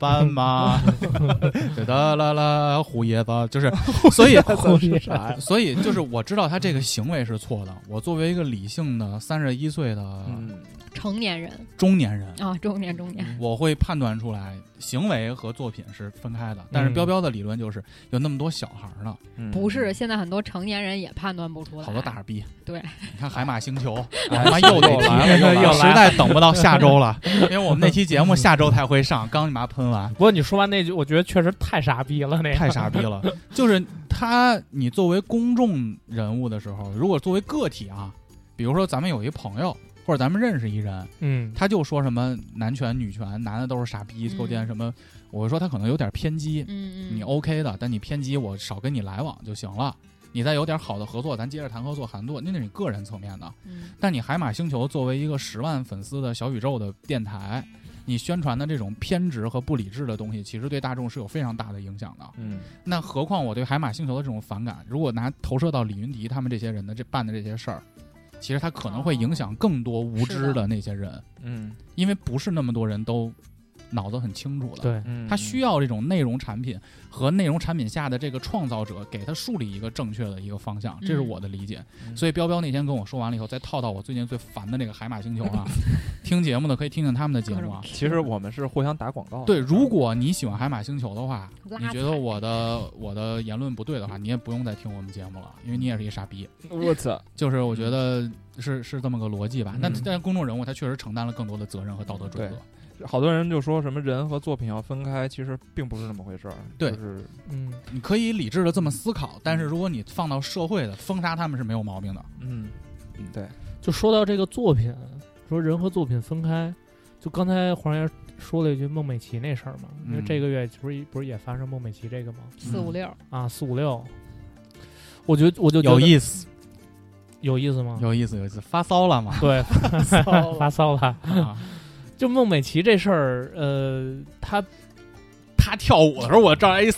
E: 哒啦啦，胡椰子，就是，所以就是我知道他这个行为是错的。我作为一个理性的31岁的
H: 成年人、
E: 中年人
H: 啊，中年，
E: 我会判断出来行为和作品是分开的。但是彪彪的理论就是有那么多小孩呢，
H: 不是，现在很多成年人也判断不出来，
E: 好多大耳逼。
H: 对，
E: 你看海马星球，他妈又得提，实在等不到下周了，因为我们那期节目下周才会上，刚你妈喷完。
G: 不过你说完那句，我觉得确实太傻逼了，
E: 太傻逼了。就是你作为公众人物的时候，如果作为个体啊，比如说咱们有一朋友。或者咱们认识一人，他就说什么男权女权，男的都是傻逼，构建什么，我说他可能有点偏激，你 OK 的，但你偏激我少跟你来往就行了。你再有点好的合作，咱接着谈合作谈做，那是你个人层面的。但你海马星球作为一个10万粉丝的小宇宙的电台，你宣传的这种偏执和不理智的东西，其实对大众是有非常大的影响的。那何况我对海马星球的这种反感，如果拿投射到李云迪他们这些人的办的这些事儿。其实他可能会影响更多无知的那些人，因为不是那么多人都脑子很清楚的，
G: 对，
E: 他需要这种内容产品和内容产品下的这个创造者给他树立一个正确的一个方向，这是我的理解。所以彪彪那天跟我说完了以后，再套到我最近最烦的那个海马星球啊，听节目的可以听听他们的节目啊。
F: 其实我们是互相打广告。
E: 对，如果你喜欢海马星球的话，你觉得我的言论不对的话，你也不用再听我们节目了，因为你也是一傻逼。
F: 我操，
E: 就是我觉得是这么个逻辑吧。但是公众人物他确实承担了更多的责任和道德准则。
F: 好多人就说什么人和作品要分开，其实并不是那么回事儿。
E: 对，
F: 就是
E: 你可以理智的这么思考，但是如果你放到社会的封杀他们是没有毛病的。
F: 对。
G: 就说到这个作品，说人和作品分开，就刚才黄爷说了一句孟美岐那事儿嘛，因为这个月不是也发生孟美岐这个吗
H: ？456
G: 啊，456，我就
E: 有意思。
G: 有意思吗？
E: 有意思，发骚了嘛？
G: 对，发骚了。就孟美岐这事儿，他跳舞的时候，我照 A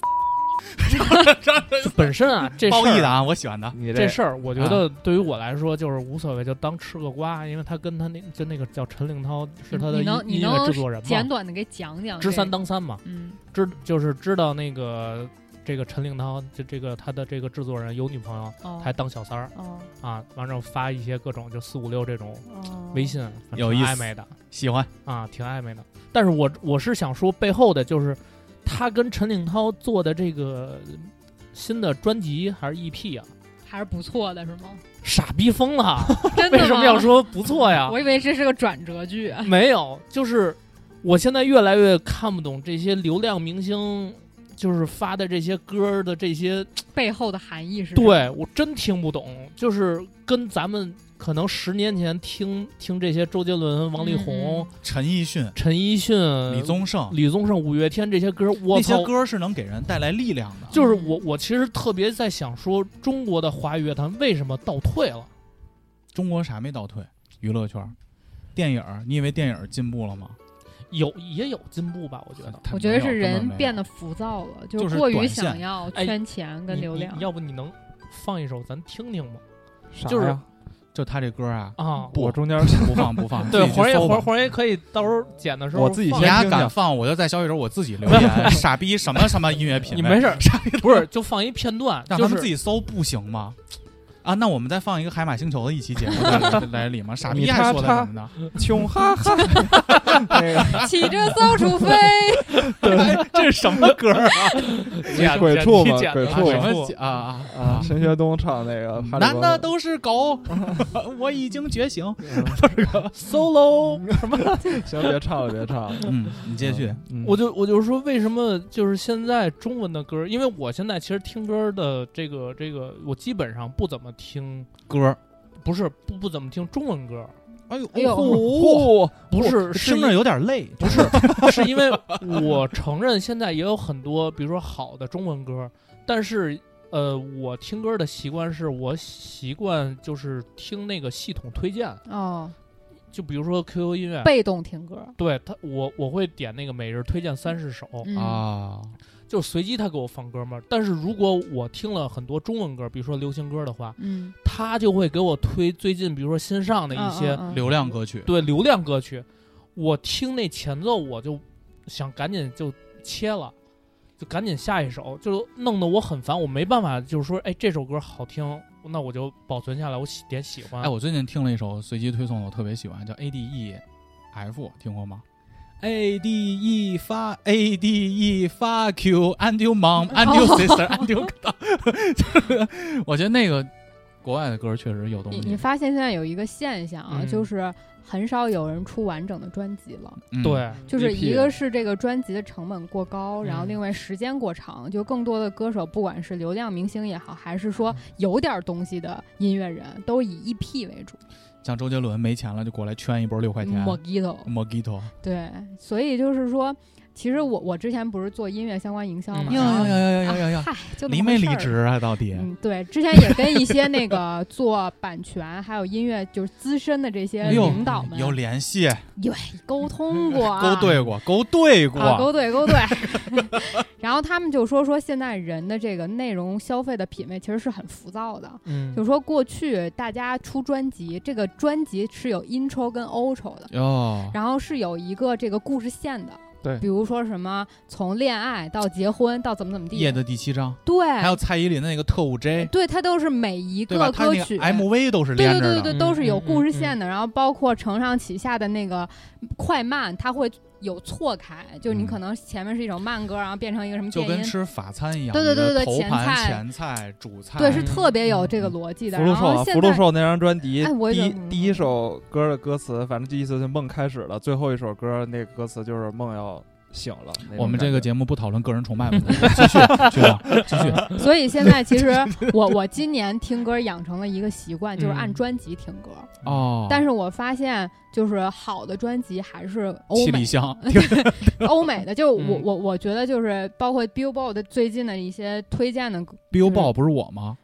G: 本身啊，这
E: 褒义的啊，我喜欢的
G: 这事儿，我觉得对于我来说就是无所谓，就当吃个瓜，因为他跟他那个叫陈令涛是他的音乐制作人嘛，
H: 简短的给讲讲，
G: 知三当三嘛，就是知道那个。这个陈令涛就这个他的这个制作人有女朋友，还当小三儿啊，完了发一些各种就456这种微信，
E: 有意思
G: 暧昧的，
E: 喜欢
G: 啊，挺暧昧的。但是我是想说背后的就是他跟陈令涛做的这个新的专辑还是 EP 啊，
H: 还是不错的是吗？
G: 傻逼疯了，
H: 真的吗？
G: 为什么要说不错呀？
H: 我以为这是个转折句。
G: 没有，就是我现在越来越看不懂这些流量明星。就是发的这些歌的这些
H: 背后的含义是？
G: 对，我真听不懂。就是跟咱们可能10年前听这些周杰伦、王力宏、
E: 陈奕迅、李宗盛、
G: 五月天这些歌，
E: 那些歌是能给人带来力量的。
G: 就是我其实特别在想说，中国的华语乐坛为什么倒退了？
E: 中国啥没倒退？娱乐圈、电影，你以为电影进步了吗？
G: 也有进步吧，
H: 我觉得是人变得浮躁了，
E: 就是
H: 过于想要圈钱跟流量。
G: 要不你能放一首咱听听吗？
F: 啥呀？
E: 就他这歌啊
F: 我中间
E: 不放。
G: 对，黄爷可以到时候剪的时候
F: 我自己先听听。
E: 你敢放，我就在小宇宙我自己留言，傻逼什么音乐品味。
G: 你没事，不是就放一片段，
E: 让他们自己搜不行吗？啊，那我们再放一个海马星球的一期节目来里吗？傻逼还说的什么呢？
F: 穷哈哈，
H: 骑着松鼠飞。
E: 对，这是什么歌啊？
F: 鬼畜嘛，鬼畜
E: 什么啊！
F: 陈学冬唱那个，
E: 男的都是狗，我已经觉醒。solo 什么？
F: 行，别唱了。
E: 你继续。
G: 我就说，为什么就是现在中文的歌？因为我现在其实听歌的这个，我基本上不怎么听
E: 歌，
G: 不是不怎么听中文歌。
H: 哎呦，
G: 不是
E: 听着有点累，
G: 不是，是因为我承认现在也有很多，比如说好的中文歌，但是我听歌的习惯是我习惯就是听那个系统推荐
H: 哦。
G: 就比如说 QQ 音乐，
H: 被动听歌，
G: 对他，我会点那个每日推荐30首
E: 啊，
G: 就随机他给我放歌嘛。但是如果我听了很多中文歌，比如说流行歌的话，他就会给我推最近比如说新上的一些
E: 流量歌曲，
G: 对，流量歌曲。我听那前奏，我就想赶紧就切了，就赶紧下一首，就弄得我很烦，我没办法，就是说，哎，这首歌好听。那我就保存下来，我点喜欢。
E: 哎，我最近听了一首随机推送的，我特别喜欢，叫 ADEF， 听过吗 ？ADE fuck you and your mom and your sister and your dog 我觉得那个国外的歌确实有东西。
H: 你发现现在有一个现象啊，就是很少有人出完整的专辑了。
G: 对，
H: 就是一个是这个专辑的成本过高，然后另外时间过长，就更多的歌手，不管是流量明星也好，还是说有点东西的音乐人，都以 EP 为主。
E: 像周杰伦没钱了就过来圈一波6块钱 Mojito。对，
H: 所以就是说，其实我之前不是做音乐相关营销嘛，
E: 嗨，离没离职啊？到底？
H: 对，之前也跟一些那个做版权还有音乐就是资深的这些领导们
E: 有联系，
H: 沟通过，
E: 勾兑过，
H: 勾兑。然后他们就说现在人的这个内容消费的品味其实是很浮躁的。就是说过去大家出专辑，这个专辑是有 intro 跟 outro 的，然后是有一个这个故事线的。
F: 对，
H: 比如说什么从恋爱到结婚到怎么地，
E: 夜的第7章，
H: 对，
E: 还有蔡依林的那个特务 J，
H: 对，它都是每一个歌曲
E: MV 都是连着的，
H: 对，都是有故事线的。然后包括承上启下的那个快慢，它会有错开，就是你可能前面是一首慢歌，然后变成一个什么电音，
E: 就跟吃法餐一样，
H: 对，
E: 头盘、前菜、主菜，
H: 对，是特别有这个逻辑的。
F: 福禄寿那张专辑，第一首歌的歌词，反正第一次就梦开始了，最后一首歌那个歌词就是梦要醒了。
E: 我们这个节目不讨论个人崇拜问题，继续。
H: 所以现在其实我今年听歌养成了一个习惯，就是按专辑听歌。但是我发现就是好的专辑还是欧美
E: 香，
H: 欧美的。就我觉得就是包括 Billboard 最近的一些推荐的
E: Billboard 不是我吗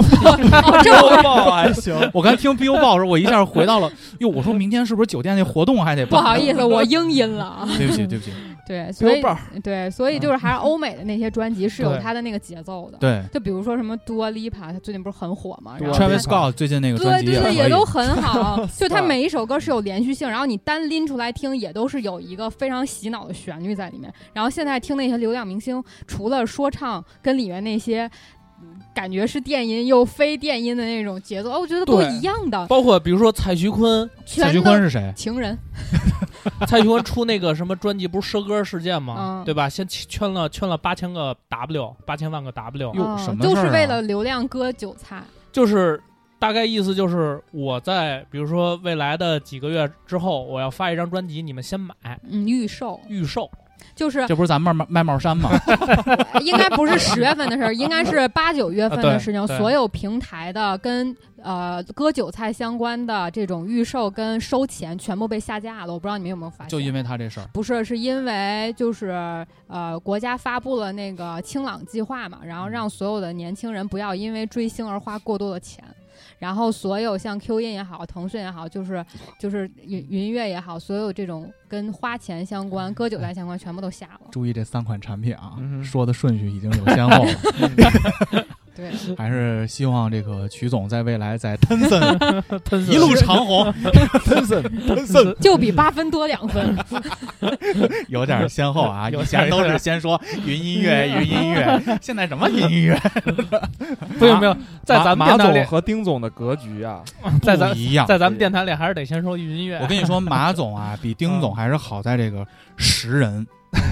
F: ？Billboard 还行。
E: 我刚听 Billboard 的时候，我一下回到了，我说明天是不是酒店那活动还得办？
H: 不好意思，我英音了。
E: 对不起。
H: 对，所以就是还是欧美的那些专辑是有它的那个节奏的。
E: 对，
H: 就比如说什么 Dua Lipa， 他最近不是很火吗
E: ？Travis Scott 最近那个专辑
H: 也都很好，就他每一首歌是有连续性，然后你单拎出来听也都是有一个非常洗脑的旋律在里面。然后现在听那些流量明星，除了说唱跟里面那些感觉是电音又非电音的那种节奏，我觉得都一样的。
G: 包括比如说蔡徐坤
E: 是谁？
H: 情人。
G: 蔡徐坤出那个什么专辑不是奢歌事件吗？对吧？先圈了8000个 W，8000万个 W，
E: 什么
H: 都是为了流量割韭菜。
G: 就是大概意思就是我在比如说未来的几个月之后，我要发一张专辑，你们先买，
H: 预售。就是
E: 这不是咱们卖帽衫吗？
H: 应该不是10月份的事儿，应该是8、9月份的事情。所有平台的跟割韭菜相关的这种预售跟收钱全部被下架了。我不知道你们有没有发现？
E: 就因为他这事儿？
H: 不是，是因为就是国家发布了那个清朗计划嘛，然后让所有的年轻人不要因为追星而花过多的钱。然后所有像 Q 音也好，腾讯也好，就是云乐也好，所有这种跟花钱相关、割韭菜相关，全部都下了。
E: 注意这3款产品啊，说的顺序已经有先后了。
H: 对，
E: 还是希望这个曲总在未来在Tencent一路长虹，Tencent
H: 就比8分多2分，
E: 有点先后啊。以前都是先说云音乐，现在什么云音乐？
G: 不用，在咱们
F: 马总和丁总的格局啊，
G: 在咱们电台里还是得先说云音乐。
E: 我跟你说，马总啊，比丁总还是好在这个识人。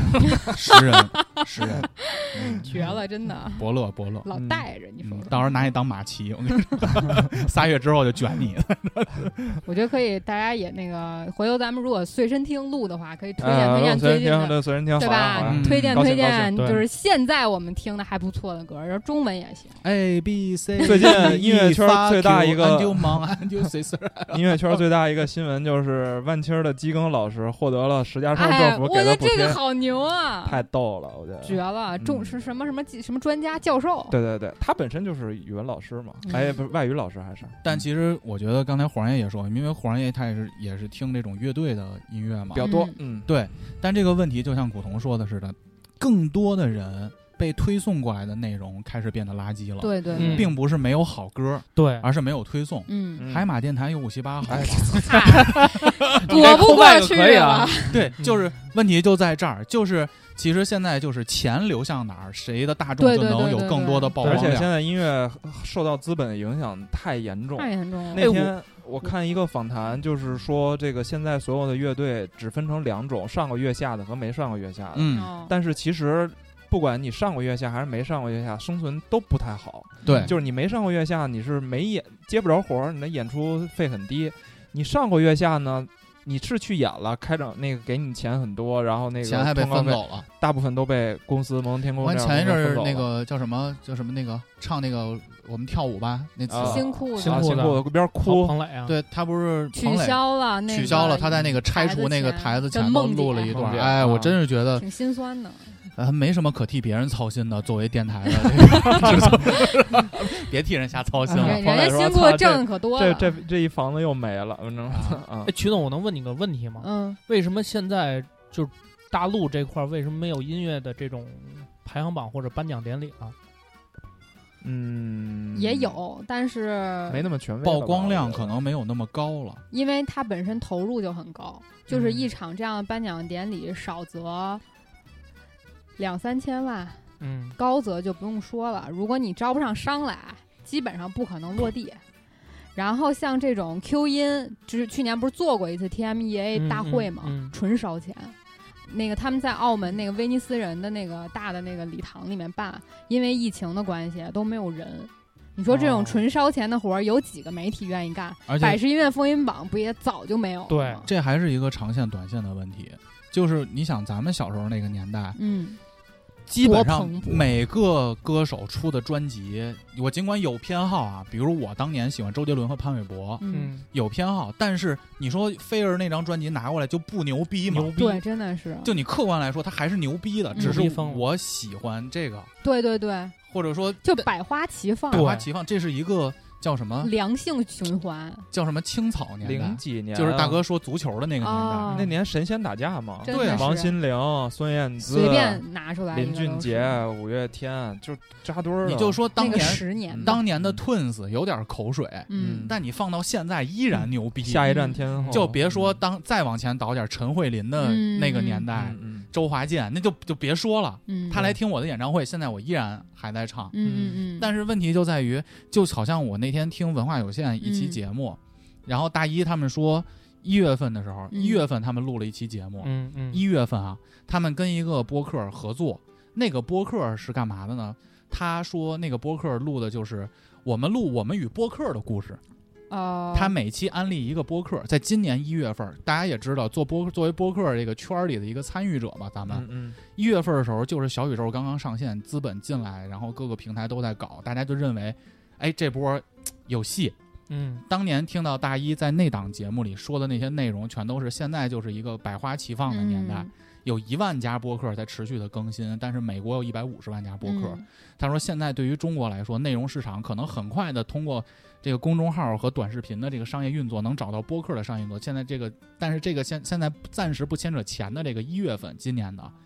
H: 绝了，真的
E: 伯乐，
H: 老带着你说，
E: 到时候拿你当马骑，我跟你说，3月之后就卷你。
H: 我觉得可以，大家也那个，回头咱们如果随身听录的话，可以推荐最近的，
F: 随身听，
H: 对吧？推荐，就是现在我们听的还不错的歌，然后中文也行。
E: A B C。
F: 最近音乐圈最大一个
E: 音
F: 乐圈最大一个新闻就是万青的基庚老师获得了石家庄政府给的补贴。
H: 我觉得这个好牛啊！
F: 太逗了，我觉得
H: 绝了，是什么专家教授？
F: 对，他本身就是语文老师嘛，不是外语老师还是。
E: 但其实我觉得刚才黄爷也说，因为黄爷他也是听这种乐队的音乐嘛，
F: 比较多，
E: 对。但这个问题就像古潼说的似的，更多的人被推送过来的内容开始变得垃圾了。
H: 对，
E: 并不是没有好歌，
G: 对，
E: 而是没有推送。海马电台有578好，
H: 躲不过去
G: 啊。
E: 对，就是问题就在这儿，就是其实现在就是钱流向哪儿，谁的大众就能有更多的曝光量。
F: 而且现在音乐受到资本的影响太严重了。那天我看一个访谈，就是说这个现在所有的乐队只分成2种，上过月下的和没上过月下的。但是其实不管你上过月下还是没上过月下，生存都不太好。
E: 对，
F: 就是你没上过月下，你是接不着活，你的演出费很低。你上过月下呢，你是去演了，开整那个给你钱很多，然后那个
E: 钱还被分走了，
F: 大部分都被公司摩登天空这样
E: 前一阵儿那个叫什么那个唱那个我们跳舞吧那次
H: 新裤
F: 子一边哭，
G: 彭磊啊，
E: 对他不是
H: 取消了，
E: 他在那个拆除那个台子前都录了一段，哎，我真是觉得
H: 挺心酸的。
E: 没什么可替别人操心的，作为电台的，别替人瞎操心了。
H: 人家新裤挣可多了，
F: 这一房子又没了，反正
G: 曲总，我能问你个问题吗？为什么现在就大陆这块为什么没有音乐的这种排行榜或者颁奖典礼了？
H: 也有，但是
F: 没那么权威，
E: 曝光量可能没有那么高了，
H: 因为它本身投入就很高，就是一场这样的颁奖典礼，少则2-3千万，高则就不用说了。如果你招不上商来，基本上不可能落地。然后像这种 Q 音，就是去年不是做过一次 TMEA 大会嘛，纯烧钱。那个他们在澳门那个威尼斯人的那个大的那个礼堂里面办，因为疫情的关系都没有人。你说这种纯烧钱的活儿，有几个媒体愿意干？
E: 而且
H: 百事音乐风云榜不也早就没有了吗？
G: 对，
E: 这还是一个长线短线的问题。就是你想咱们小时候那个年代，基本上每个歌手出的专辑，我尽管有偏好啊，比如我当年喜欢周杰伦和潘玮柏，有偏好，但是你说飞儿那张专辑拿过来就不牛逼吗？
H: 对，真的是。
E: 就你客观来说，它还是牛逼的，只是我喜欢这个。
H: 对，
E: 或者说
H: 就百花齐放，
E: 这是一个叫什么
H: 良性循环？
E: 叫什么青草年代
F: ？0几年，
E: 就是大哥说足球的那个年代，
F: 那年神仙打架嘛，
E: 对啊，
F: 王心凌、孙燕姿，
H: 随便拿出来，
F: 林俊杰、五月天，就扎堆儿。
E: 你就说当
H: 年
E: 的 Twins 有点口水，但你放到现在依然牛逼。
F: 下一站天后，
E: 就别说再往前倒点陈慧琳的那个年代，周华健那就别说了。他来听我的演唱会，现在我依然还在唱。但是问题就在于，就好像我那天听文化有限一期节目，然后大一他们说1月份的时候，1月份他们录了一期节目，1月份啊，他们跟一个播客合作，那个播客是干嘛的呢？他说那个播客录的就是我们与播客的故事。他每期安利一个播客，在今年1月份，大家也知道作为播客这个圈里的一个参与者吧，咱们1月份的时候，就是小宇宙刚刚上线，资本进来，然后各个平台都在搞，大家就认为，哎，这波有戏。当年听到大一在那档节目里说的那些内容，全都是现在就是一个百花齐放的年代，有1万家播客在持续的更新，但是美国有150万家播客。他说现在对于中国来说，内容市场可能很快的通过这个公众号和短视频的这个商业运作，能找到播客的商业运作。现在这个，但是这个现在暂时不牵扯钱的这个1月份，今年的，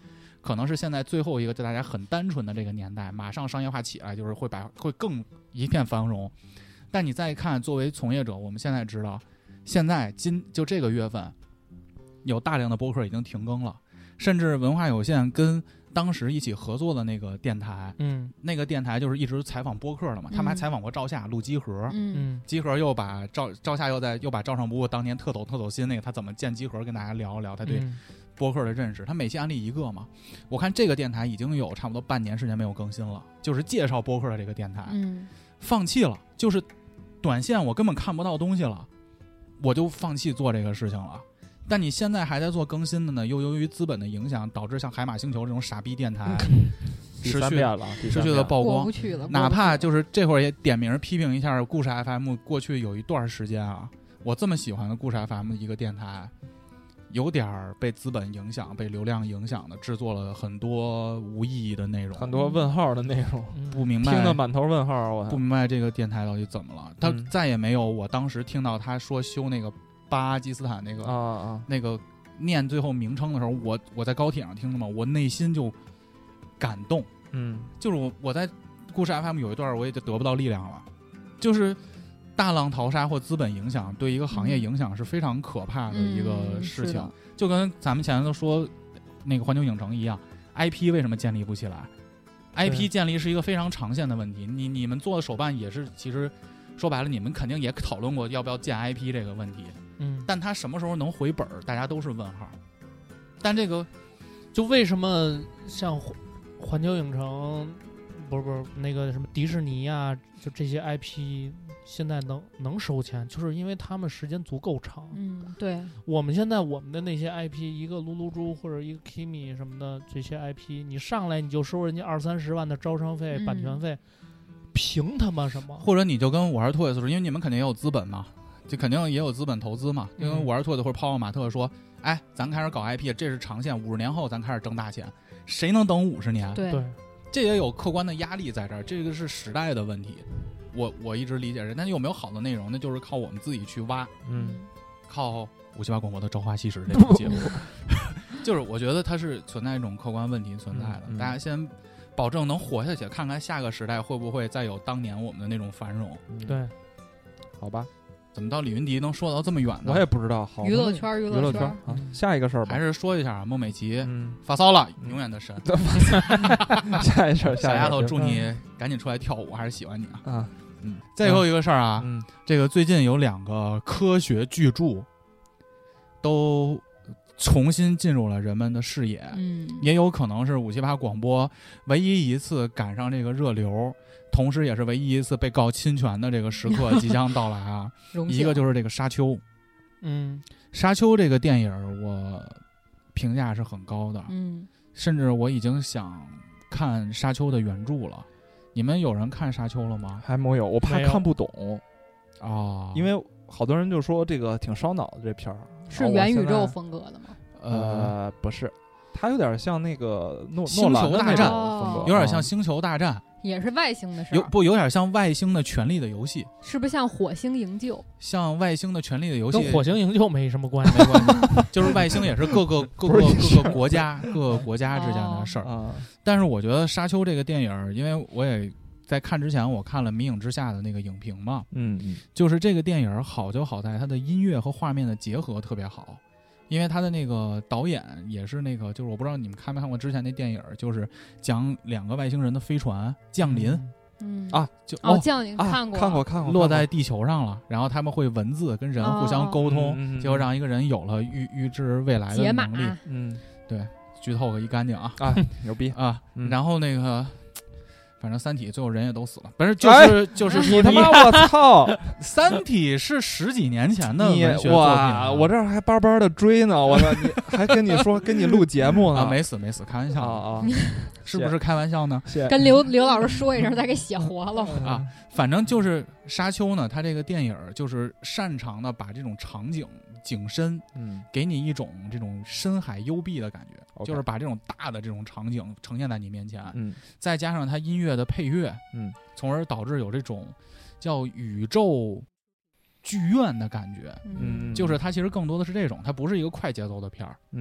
E: 可能是现在最后一个就大家很单纯的这个年代，马上商业化起来，就是会更一片繁荣。但你再看，作为从业者，我们现在知道，现在就这个月份，有大量的播客已经停更了，甚至文化有限跟当时一起合作的那个电台，那个电台就是一直采访播客的嘛，他们还采访过赵夏录机核，机核又把赵夏又把赵尚不当年特走心那个他怎么建机核跟大家聊一聊他对播客的认识，他每期案例一个嘛。我看这个电台已经有差不多半年时间没有更新了，就是介绍播客的这个电台，放弃了，就是短线我根本看不到东西了，我就放弃做这个事情了。但你现在还在做更新的呢，又由于资本的影响，导致像海马星球这种傻逼电台持续的曝光，哪怕就是这会儿也点名批评一下故事 FM。过去有一段时间啊，我这么喜欢的故事 FM 的一个电台，有点被资本影响、被流量影响的，制作了很多无意义的内容，
F: 很多问号的内容，
E: 不明白，
F: 听得满头问号。我
E: 不明白这个电台到底怎么了，他再也没有我当时听到他说修那个巴基斯坦那个那个念最后名称的时候，我在高铁上听的嘛，我内心就感动。就是我在故事 FM 有一段我也就得不到力量了，就是大浪淘沙或资本影响对一个行业影响是非常可怕的一个事情，就跟咱们前头说那个环球影城一样 ，IP 为什么建立不起来 ？IP 建立是一个非常长线的问题。你们做的手办也是，其实说白了，你们肯定也讨论过要不要建 IP 这个问题。但它什么时候能回本，大家都是问号。但这个，
G: 就为什么像环球影城，不是那个什么迪士尼啊，就这些 IP 现在能收钱，就是因为他们时间足够长。
H: 对。我
G: 们现在我们的那些 IP， 一个噜噜猪或者一个 Kimi 什么的这些 IP， 你上来你就收人家20-30万的招商费、版权费，凭他妈什么？
E: 或者你就跟我儿兔子说，因为你们肯定也有资本嘛。就肯定也有资本投资嘛，因为沃尔托的或者泡泡玛特说，哎，咱开始搞 IP， 这是长线，50年后咱开始挣大钱，谁能等50年？
H: 对，
E: 这也有客观的压力在这儿，这个是时代的问题。我一直理解着，但有没有好的内容，那就是靠我们自己去挖。靠58广播的《朝花夕拾》这种节目，就是我觉得它是存在一种客观问题存在的，大家先保证能活下去，看看下个时代会不会再有当年我们的那种繁荣。
G: 对，
F: 好吧。
E: 怎么到李云迪能说到这么远呢？
F: 我也不知道。好，
H: 娱乐圈
F: 下一个事儿
E: 还是说一下孟美岐发骚了，永远的神。
F: 下一事儿，
E: 小丫头，祝你赶紧出来跳舞，还是喜欢你啊。最后一个事儿啊，这个最近有2个科学巨著都重新进入了人们的视野，也有可能是578广播唯一一次赶上这个热流。同时也是唯一一次被告侵权的这个时刻即将到来啊！一个就是这个《沙丘》，沙丘》这个电影我评价是很高的，甚至我已经想看《沙丘》的原著了。你们有人看《沙丘》了吗？
F: 还没有，我怕看不懂
E: 啊，
F: 因为好多人就说这个挺烧脑的这片儿，
H: 是元宇宙风格的吗？
F: 不是，它有点像那个诺
E: 兰的那种
F: 风格，
E: 有点像《星球大战》。
H: 也是外星的事儿，
E: 有点像外星的权力的游戏，
H: 是不是像火星营救？
E: 像外星的权力的游戏，
G: 跟火星营救没什么关系，
E: 就是外星也是各个国家之间的事儿。但是我觉得《沙丘》这个电影，因为我也在看之前，我看了《迷影之下》的那个影评嘛，就是这个电影好就好在它的音乐和画面的结合特别好。因为他的那个导演也是那个，就是我不知道你们看没看过之前那电影，就是讲2个外星人的飞船降临，
H: 降临看
F: 过，
E: 落在地球上了，然后他们会文字跟人互相沟通，结果让一个人有了预知未来的能力。对，剧透个一干净啊，
F: 牛逼
E: 啊！然后那个。反正三体最后人也都死了，不是就是
F: 你他妈我操！
E: 三体是10几年前的文学作品，
F: 我这还巴巴的追呢，我操！你还跟你说跟你录节目呢？
E: 没死，开玩笑啊！是不是开玩笑呢？
H: 跟刘老师说一声，再给写活了
E: 啊！反正就是沙丘呢，它这个电影就是擅长的把这种场景景深，给你一种这种深海幽闭的感觉，就是把这种大的这种场景呈现在你面前，再加上它音乐的配乐，从而导致有这种叫宇宙剧院的感觉，就是它其实更多的是这种，它不是一个快节奏的片儿，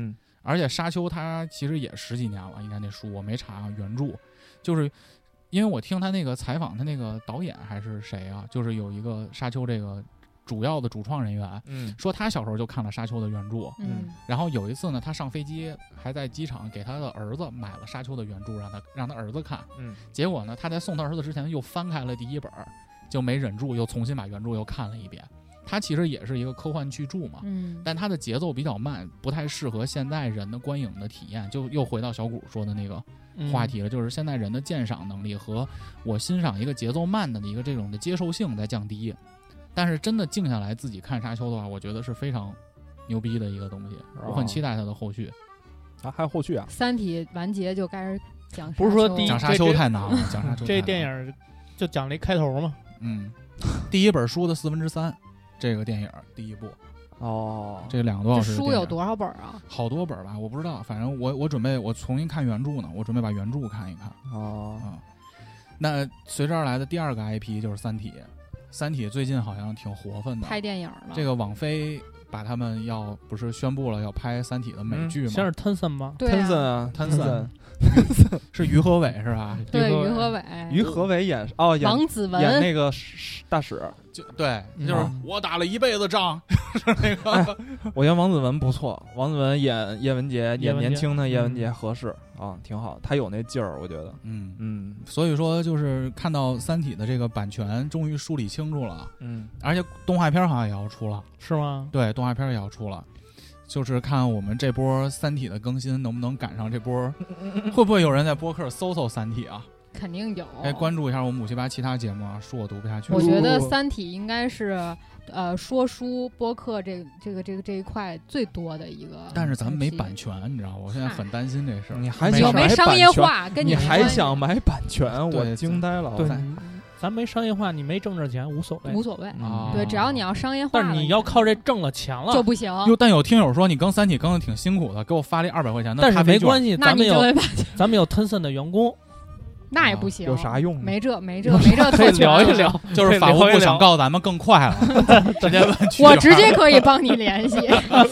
E: 而且沙丘它其实也10几年了，应该那书我没查原著，就是因为我听他那个采访，他那个导演还是谁啊，就是有一个沙丘这个主要的主创人员，说他小时候就看了沙丘的原著，然后有一次呢，他上飞机还在机场给他的儿子买了沙丘的原著，让他儿子看，结果呢，他在送他儿子之前又翻开了第一本，就没忍住又重新把原著又看了一遍。它其实也是一个科幻巨著嘛，但它的节奏比较慢，不太适合现代人的观影的体验。就又回到小谷说的那个话题了，就是现代人的鉴赏能力和我欣赏一个节奏慢的一个这种的接受性在降低。但是真的静下来自己看沙丘的话，我觉得是非常牛逼的一个东西，我很期待它的后续。
F: 啊，还有后续啊？
H: 三体完结就开始讲沙丘，
G: 不是说
E: 讲沙丘太难了，讲沙丘
G: 这电影就讲了一开头嘛。
E: 第一本书的3/4。这个电影第一部这2个多小时。
H: 书有多少本啊？
E: 好多本吧，我不知道。反正我准备我重新看原著呢，我准备把原著看一看。那随之而来的第2个 IP 就是《三体》。《三体》最近好像挺活泛的，
H: 拍电影了。
E: 这个网飞把他们不是宣布了要拍《三体》的美剧吗？
G: 先是Tencent吗？
H: 对啊
F: ，Tencent
E: 是于和伟是吧？
H: 对，于和伟。
F: 于和伟演
H: 王子文
F: 演那个大使，
E: 对，就是我打了一辈子仗，是那个。
F: 我觉得王子文不错，王子文演叶文洁，演年轻的叶文洁合适啊，挺好，他有那劲儿，我觉得。
E: 所以说就是看到《三体》的这个版权终于梳理清楚了，而且动画片好像也要出了，
G: 是吗？
E: 对，动画片也要出了。就是看我们这波《三体》的更新能不能赶上这波，会不会有人在播客搜《三体》啊？
H: 肯定有。
E: 关注一下我们578其他节目啊，书我读不下去。
H: 我觉得《三体》应该是说书播客这一块最多的一个。
E: 但是咱们没版权，你知道吗？我现在很担心这事儿。
F: 你还想
H: 没商业化，跟
F: 你还想买版权？我惊呆了。
G: 对。咱没商业化，你没挣着钱无所谓，
H: 无所谓对，只要你要商业化，
G: 但是你要靠这挣了钱了
H: 就不行。
E: 但有听友说你更三体更的挺辛苦的，给我发了200块钱的，
G: 但是没关系，咱们
H: 有
G: Tencent的员工，
H: 那也不行，
F: 有啥用？
H: 没这
G: 可以聊一聊，
E: 就是法务部想告咱们更快了，直接问
H: 我直接可以帮你联系。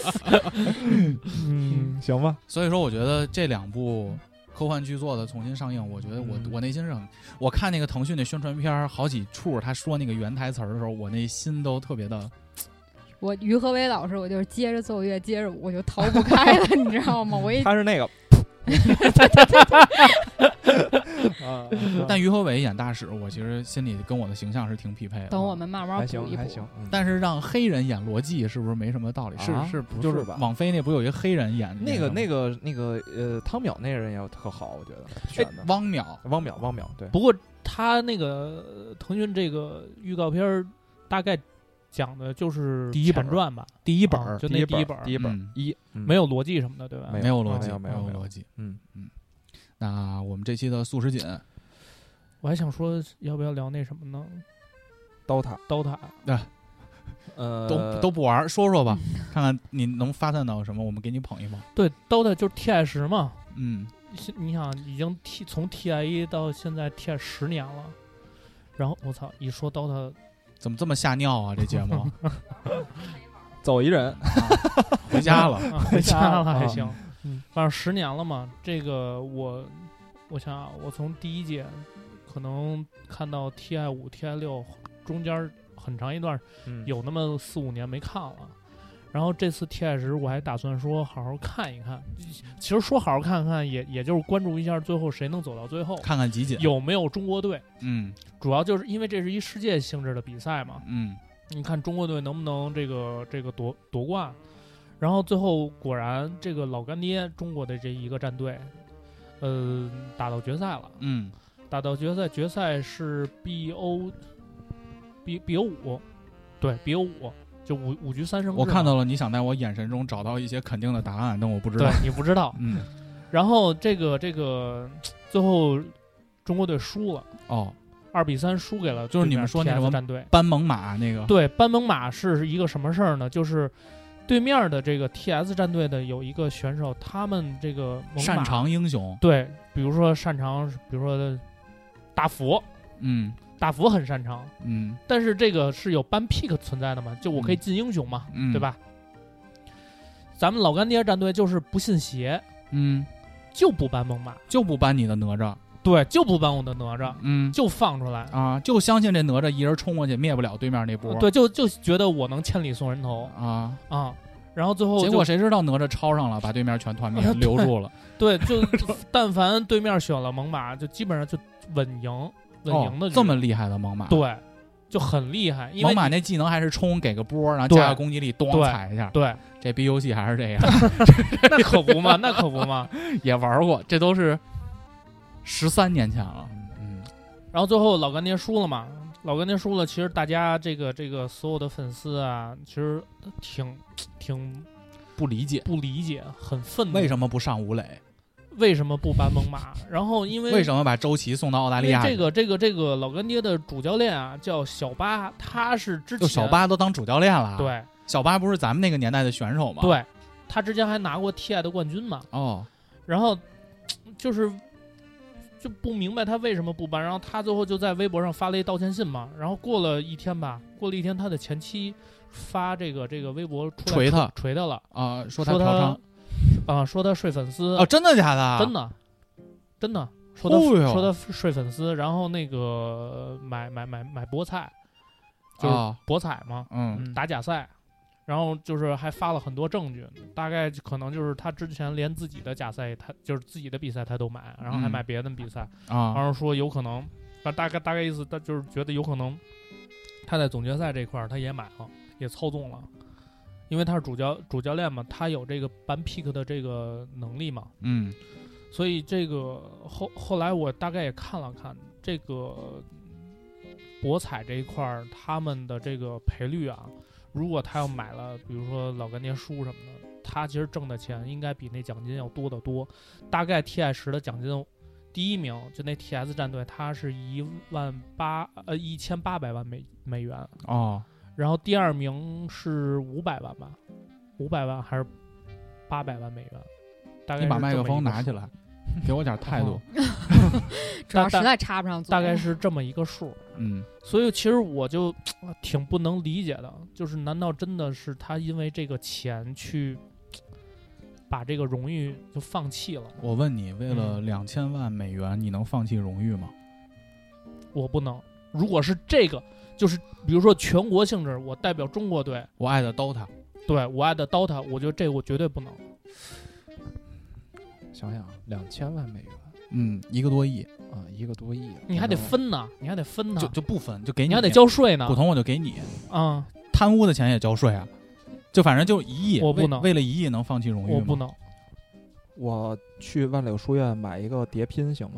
F: 行吧。
E: 所以说，我觉得这2部科幻剧作的重新上映，我觉得我内心是很，我看那个腾讯的宣传片好几处，他说那个原台词的时候，我那心都特别的。
H: 我于和伟老师，我就是接着奏乐，接着舞，就逃不开了，你知道吗？
F: 他是那个。
E: 但于和伟演大使，我其实心里跟我的形象是挺匹配的。
H: 等我们慢慢补一补。
F: 还行。
E: 但是让黑人演罗辑是不是没什么道理？是不就是网飞那不有一个黑人演
F: 那个汤淼那个人也特好，我觉得选的
E: 汪淼
F: 对。
G: 不过他那个腾讯这个预告片大概讲的就是
E: 第一本
G: 传吧，
E: 第一本
G: 就那第一本没有逻辑什么的，对吧？
E: 没有逻辑。那我们这期的速食锦，
G: 我还想说，要不要聊那什么呢
F: ？DOTA，
E: 都不玩，说说吧，看看你能发散到什么，我们给你捧一捧。
G: 对 ，DOTA 就是 TI10嘛，你想已经从 TI1 到现在 TI10年了，然后我操，一说 DOTA
E: 怎么这么吓尿啊？这节目
F: 走一人
E: 回家了，
G: 回家了还行。反正10年了嘛，这个我想想，我从第1届可能看到 TI5、TI6，中间很长一段有那么4、5年没看了。然后这次 TI10我还打算说好好看一看，其实说好好看看也就是关注一下最后谁能走到最后，
E: 看看集锦
G: 有没有中国队。主要就是因为这是一世界性质的比赛嘛。你看中国队能不能这个夺冠。然后最后果然这个老干爹中国的这一个战队，打到决赛了。打到决赛是 BO5，对 BO5，就5局3胜制。
E: 我看到了，你想在我眼神中找到一些肯定的答案，但我不知道。
G: 对，你不知道。然后这个最后中国队输了。2-3输给了，
E: 就是你们说那什么
G: 战队
E: 班猛马那个。
G: 对，班猛马是一个什么事儿呢？就是对面的这个 TS 战队的有一个选手，他们这个猛马
E: 擅长英雄，
G: 对，比如说大福，大福很擅长，但是这个是有班 pick 存在的嘛，就我可以进英雄嘛，对吧？ 咱们老干爹战队就是不信邪，就不搬猛犸，
E: 就不搬你的哪吒，
G: 对，就不搬我的哪吒，就放出来
E: 啊，就相信这哪吒一人冲过去灭不了对面那波，
G: 对，就觉得我能千里送人头啊，然后最后
E: 结果谁知道哪吒超上了，把对面全团灭，留住了。
G: 对，就但凡对面选了猛犸，就基本上就稳赢的，
E: 这么厉害的猛犸，
G: 对，就很厉害。因
E: 为猛犸那技能还是冲给个波，然后加个攻击力，咚踩一下。
G: 对，
E: 这逼游戏还是这样。
G: 那可不嘛，那可不嘛，
E: 也玩过，这都是13年前了。
G: 然后最后老干爹输了嘛，老干爹输了，其实大家这个所有的粉丝啊，其实挺
E: 不理解，
G: 很愤怒。
E: 为什么不上吴磊？
G: 为什么不搬猛犸？然后因为
E: 为什么把周琦送到澳大利亚？
G: 这个老干爹的主教练啊，叫小巴，他是之前
E: 小巴都当主教练了。
G: 对，
E: 小巴不是咱们那个年代的选手吗？
G: 对，他之前还拿过 TI 的冠军嘛。然后就不明白他为什么不搬，然后他最后就在微博上发了一道歉信嘛。然后过了一天，他的前妻发这个微博出来锤他了
E: 啊，说他嫖娼。
G: 说他睡粉丝
E: 真的假的？
G: 真的，说他睡粉丝，然后那个买博彩，就是博彩嘛，打假赛，然后就是还发了很多证据，大概可能就是他之前连自己的假赛，他就是自己的比赛他都买，然后还买别的比赛然后说有可能，大概意思，他就是觉得有可能他在总决赛这块他也买了，也操纵了。因为他是主教练嘛，他有这个搬 pick 的这个能力嘛，所以这个后来我大概也看了看这个博彩这一块他们的这个赔率啊，如果他要买了，比如说老干爹输什么的，他其实挣的钱应该比那奖金要多得多。大概 TI10 的奖金，第一名就那 TS 战队，他是1800万美元然后第二名是500万吧，500万还是800万美元？大概
E: 你把麦克风拿起来，给我点态度。
H: 主要实在插不上嘴。
G: 大概是这么一个数。所以其实我就挺不能理解的，就是难道真的是他因为这个钱去把这个荣誉就放弃了？
E: 我问你，为了2000万美元，你能放弃荣誉吗？
G: 我不能。如果是这个。就是比如说全国性质，我代表中国队，
E: 我爱的 DOTA，
G: 对，我爱的 DOTA， 我觉得这个我绝对不能。
F: 想想2000万美元
E: ，1个多亿
F: 啊，1个多亿，
G: 你还得分呢，
E: 就不分，就给你，
G: 你还得交税呢，
E: 不同我就给你
G: 啊，
E: 贪污的钱也交税啊，就反正就1亿，
G: 我不能
E: 为了1亿能放弃荣誉吗？
G: 我不能，
F: 我去万柳书院买一个叠拼行吗？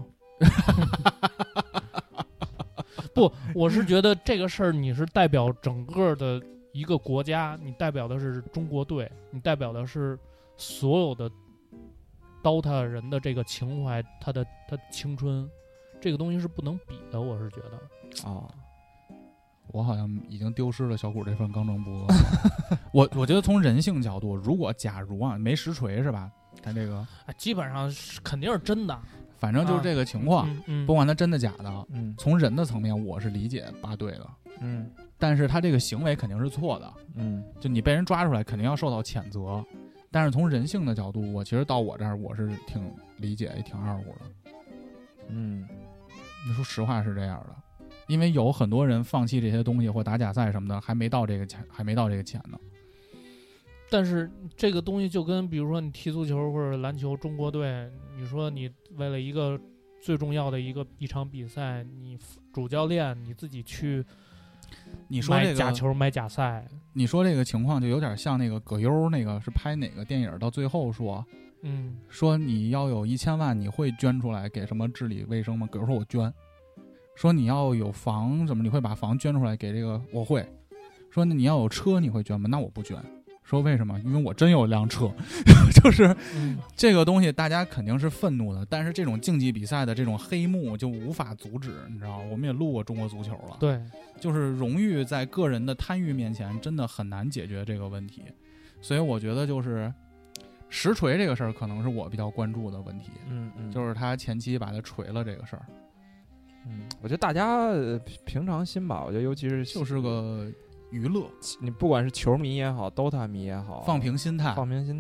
G: 不，我是觉得这个事儿你是代表整个的一个国家，你代表的是中国队，你代表的是所有的 DOTA 人的这个情怀，他的青春，这个东西是不能比的，我是觉得。
E: 我好像已经丢失了小谷这份刚正不阿。我觉得从人性角度，假如啊没实锤是吧？他这个
G: 基本上肯定是真的。
E: 反正就是这个情况，不管他真的假的，从人的层面我是理解八队的，但是他这个行为肯定是错的，就你被人抓出来肯定要受到谴责，但是从人性的角度，我其实到我这儿我是挺理解也挺二乎的，你说实话是这样的，因为有很多人放弃这些东西或打假赛什么的，还没到这个钱呢。
G: 但是这个东西就跟比如说你踢足球或者篮球，中国队，你说你为了一个最重要的一场比赛，你主教练你自己去，
E: 你说这个
G: 买假球买假赛，
E: 你说这个情况就有点像那个葛优那个是拍哪个电影到最后说，说你要有1000万，你会捐出来给什么治理卫生吗？葛优说我捐。说你要有房怎么你会把房捐出来给这个？我会。说你要有车你会捐吗？那我不捐。说为什么？因为我真有一辆车。就是这个东西大家肯定是愤怒的，但是这种竞技比赛的这种黑幕就无法阻止，你知道吗？我们也录过中国足球了，
G: 对，
E: 就是荣誉在个人的贪欲面前真的很难解决这个问题，所以我觉得就是实锤这个事儿可能是我比较关注的问题，就是他前期把他锤了这个事儿，，
F: 我觉得大家平常心吧，我觉得尤其是
E: 就是个娱乐。
F: 你不管是球迷也好 ，DOTA 迷也好，
E: 放平心态。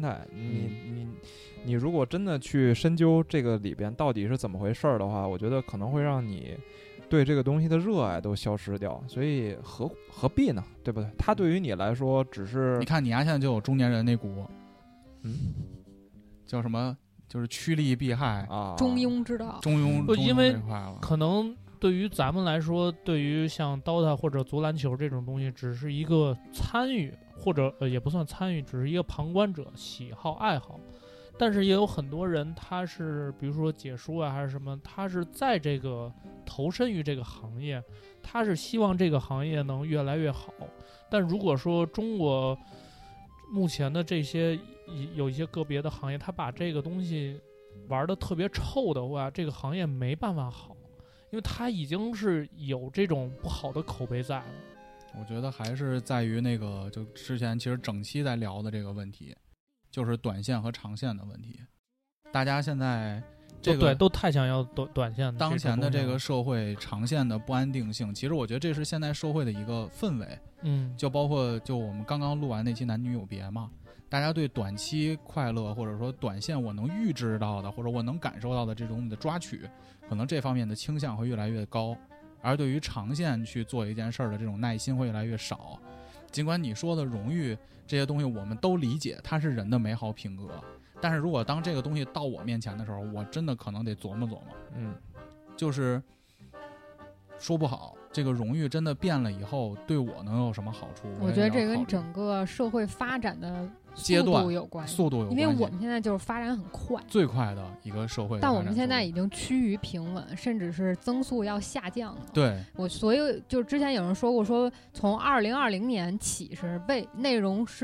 F: 你如果真的去深究这个里边到底是怎么回事的话，我觉得可能会让你对这个东西的热爱都消失掉。所以何必呢？对不对？它对于你来说只是……
E: 你看你现在就有中年人那股，叫什么？就是趋利避害
H: 啊，中庸之道。
E: 中庸
G: 因为可能对于咱们来说，对于像 DOTA 或者足篮球这种东西，只是一个参与，或者也不算参与，只是一个旁观者喜好爱好。但是也有很多人，他是比如说解说啊还是什么，他是在这个投身于这个行业，他是希望这个行业能越来越好。但如果说中国目前的这些有一些个别的行业，他把这个东西玩得特别臭的话，这个行业没办法好，因为他已经是有这种不好的口碑在了。
E: 我觉得还是在于那个，就之前其实整期在聊的这个问题，就是短线和长线的问题。大家现在
G: 都太想要短线的。
E: 当前的这个社会长线的不安定性，其实我觉得这是现在社会的一个氛围。就包括就我们刚刚录完那期男女有别嘛，大家对短期快乐或者说短线我能预知到的或者我能感受到的这种的抓取，可能这方面的倾向会越来越高，而对于长线去做一件事儿的这种耐心会越来越少。尽管你说的荣誉这些东西我们都理解，它是人的美好品格，但是如果当这个东西到我面前的时候，我真的可能得琢磨琢磨。就是说不好这个荣誉真的变了以后对我能有什么好处。
H: 我觉得这跟整个社会发展的
E: 阶段
H: 有关系，
E: 速度有关系，
H: 因为我们现在就是发展很快，
E: 最快的一个社会，
H: 但我们现在已经趋于平稳，甚至是增速要下降了。
E: 对，
H: 所以就之前有人说过，说从2020年起是内容的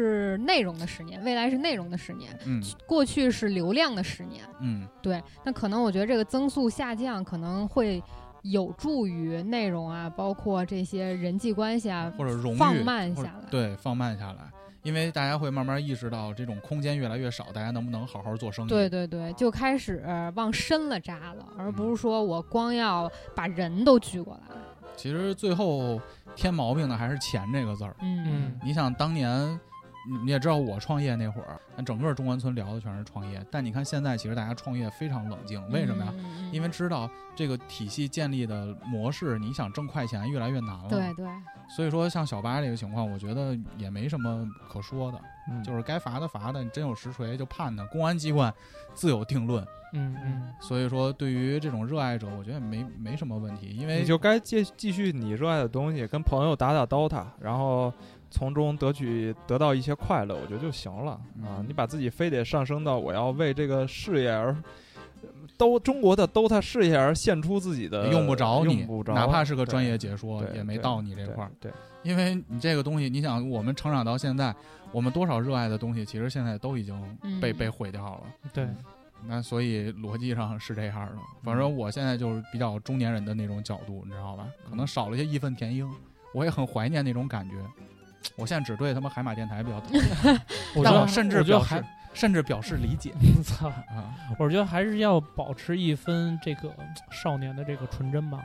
H: 10年，未来是内容的10年，过去是流量的10年，对，那可能我觉得这个增速下降可能会有助于内容啊，包括这些人际关系啊，
E: 或者荣誉
H: 放慢下来。
E: 对，放慢下来，因为大家会慢慢意识到这种空间越来越少，大家能不能好好做生意？
H: 对对对，就开始往深了扎了，而不是说我光要把人都聚过来。
E: 其实最后添毛病的还是钱这个字儿。你想当年。你也知道我创业那会儿，整个中关村聊的全是创业，但你看现在其实大家创业非常冷静，为什么呀？因为知道这个体系建立的模式，你想挣快钱越来越难了。
H: 对对。
E: 所以说像小八这个情况，我觉得也没什么可说的，就是该罚的罚的，你真有实锤就判他，公安机关自有定论。所以说对于这种热爱者，我觉得没什么问题，因为
F: 你就该继续你热爱的东西，跟朋友打 DOTA， 然后从中得到一些快乐，我觉得就行了啊！你把自己非得上升到我要为这个事业而中国的 DOTA 事业而献出自己的，
E: 用不着你，哪怕是个专业解说也没到你这块儿。
F: 对，
E: 因为你这个东西，你想我们成长到现在，我们多少热爱的东西，其实现在都已经被毁掉了。
G: 对。
E: 那所以逻辑上是这样的，反正我现在就是比较中年人的那种角度，你知道吧？可能少了一些义愤填膺，我也很怀念那种感觉。我现在只对他们海马电台比较讨厌，但我甚至表示理解。
G: 操啊！我觉得还是要保持一分这个少年的这个纯真吧。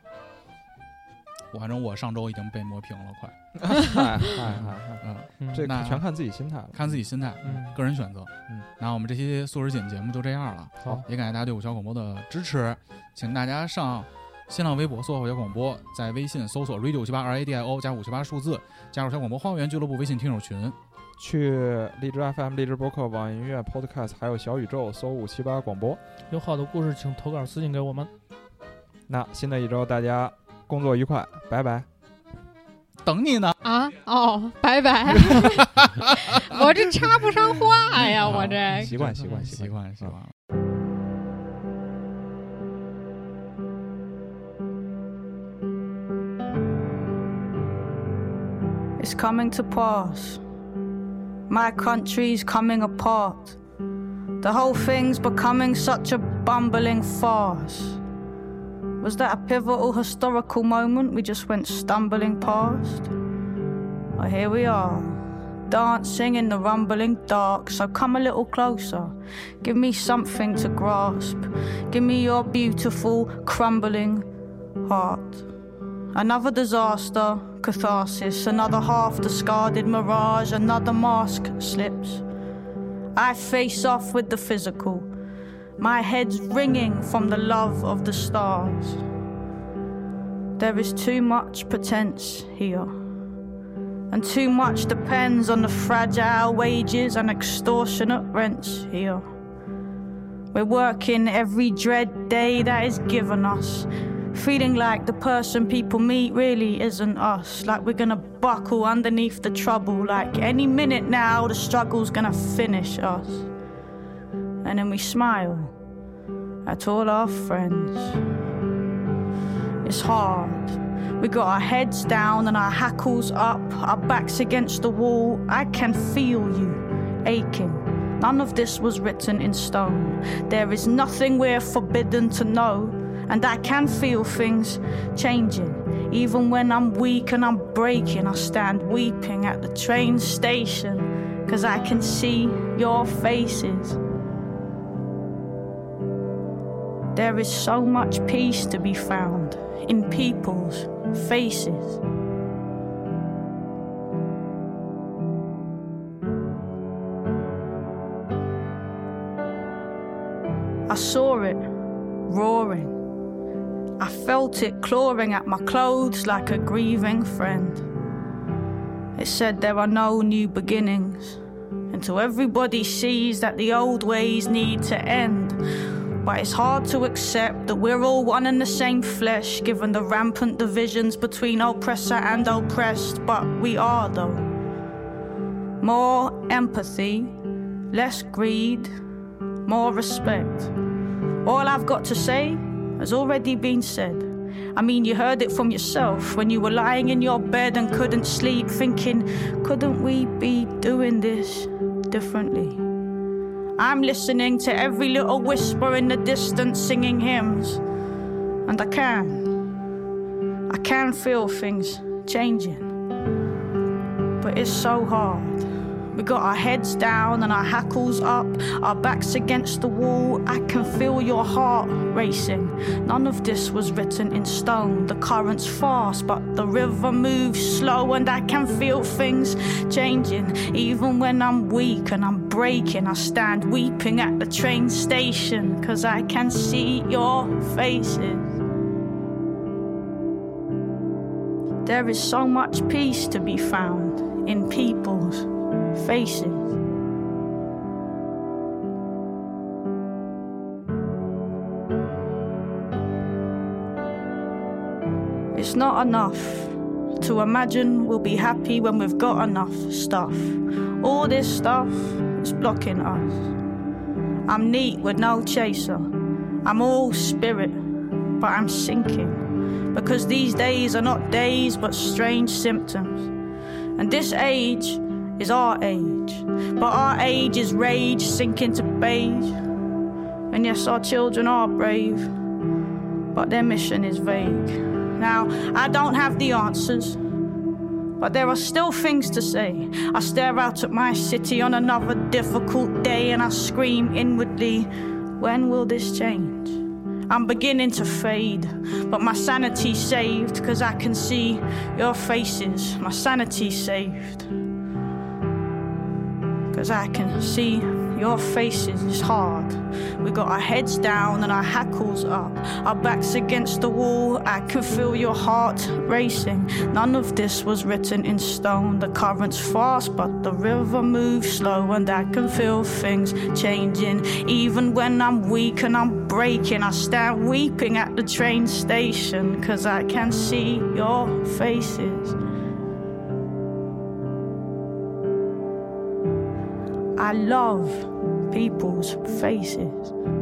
E: 反正我上周已经被磨平了，快。
F: 这全看自己心态了，
E: 看自己心态，个人选择。那我们这期素食锦节目就这样了。
F: 好，
E: 也感谢大家对五七八广播的支持，请大家上新浪微博搜索五七八广播，在微信搜索 radio578 RADIO 加578数字，加入小广播花园俱乐部微信听友群，
F: 去荔枝 FM、荔枝播客、网易音乐 Podcast 还有小宇宙搜578广播。
G: 有好的故事请投稿私信给我们。
F: 那新的一周大家工作愉快，拜拜。
E: 等你呢
H: 拜拜。我这插不上话呀，我这
F: 习惯。
I: It's coming to pass. My country's coming apart. The whole thing's becoming such a bumbling farce. Was that a pivotal historical moment we just went stumbling past? Well, here we are, dancing in the rumbling dark. So come a little closer, give me something to grasp. Give me your beautiful, crumbling heart. Another disaster, catharsis, another half-discarded mirage, another mask slips. I face off with the physical, my head's ringing from the love of the stars. There is too much pretense here, and too much depends on the fragile wages and extortionate rents here. We're working every dread day that is given us, feeling like the person people meet really isn't us, like we're gonna buckle underneath the trouble, like any minute now the struggle's gonna finish us. And then we smile at all our friends. It's hard. We got our heads down and our hackles up, our backs against the wall. I can feel you aching. None of this was written in stone. There is nothing we're forbidden to know. And I can feel things changing. Even when I'm weak and I'm breaking, I stand weeping at the train station, 'cause I can see your faces. There is so much peace to be found in people's faces. I saw it roaring. I felt it clawing at my clothes like a grieving friend. It said there are no new beginnings until everybody sees that the old ways need to end. But it's hard to accept that we're all one and the same flesh, given the rampant divisions between oppressor and oppressed. But we are, though. More empathy, less greed, more respect. All I've got to say has already been said. I mean, you heard it from yourself when you were lying in your bed and couldn't sleep, thinking, couldn't we be doing this differently? I'm listening to every little whisper in the distance singing hymns, and I can feel things changing, but it's so hard. We got our heads down and our hackles up, our backs against the wall. I can feel your heart racing. None of this was written in stone. The current's fast, but the river moves slow, and I can feel things changing. Even when I'm weak and I'm breaking, I stand weeping at the train station, 'cause I can see your faces. There is so much peace to be found in people's faces. It's not enough to imagine we'll be happy when we've got enough stuff. All this stuff is blocking us. I'm neat with no chaser. I'm all spirit, but I'm sinking, because these days are not days but strange symptoms. And this age is our age, but our age is rage sinking to beige. And yes, our children are brave, but their mission is vague. Now, I don't have the answers, but there are still things to say. I stare out at my city on another difficult day, and I scream inwardly, when will this change? I'm beginning to fade, but my sanity's saved, 'cause I can see your faces. My sanity's saved, 'cause I can see your faces. It's hard. We got our heads down and our hackles up, our backs against the wall. I can feel your heart racing. None of this was written in stone. The current's fast, but the river moves slow, and I can feel things changing. Even when I'm weak and I'm breaking, I stand weeping at the train station, 'cause I can see your faces. I love people's faces.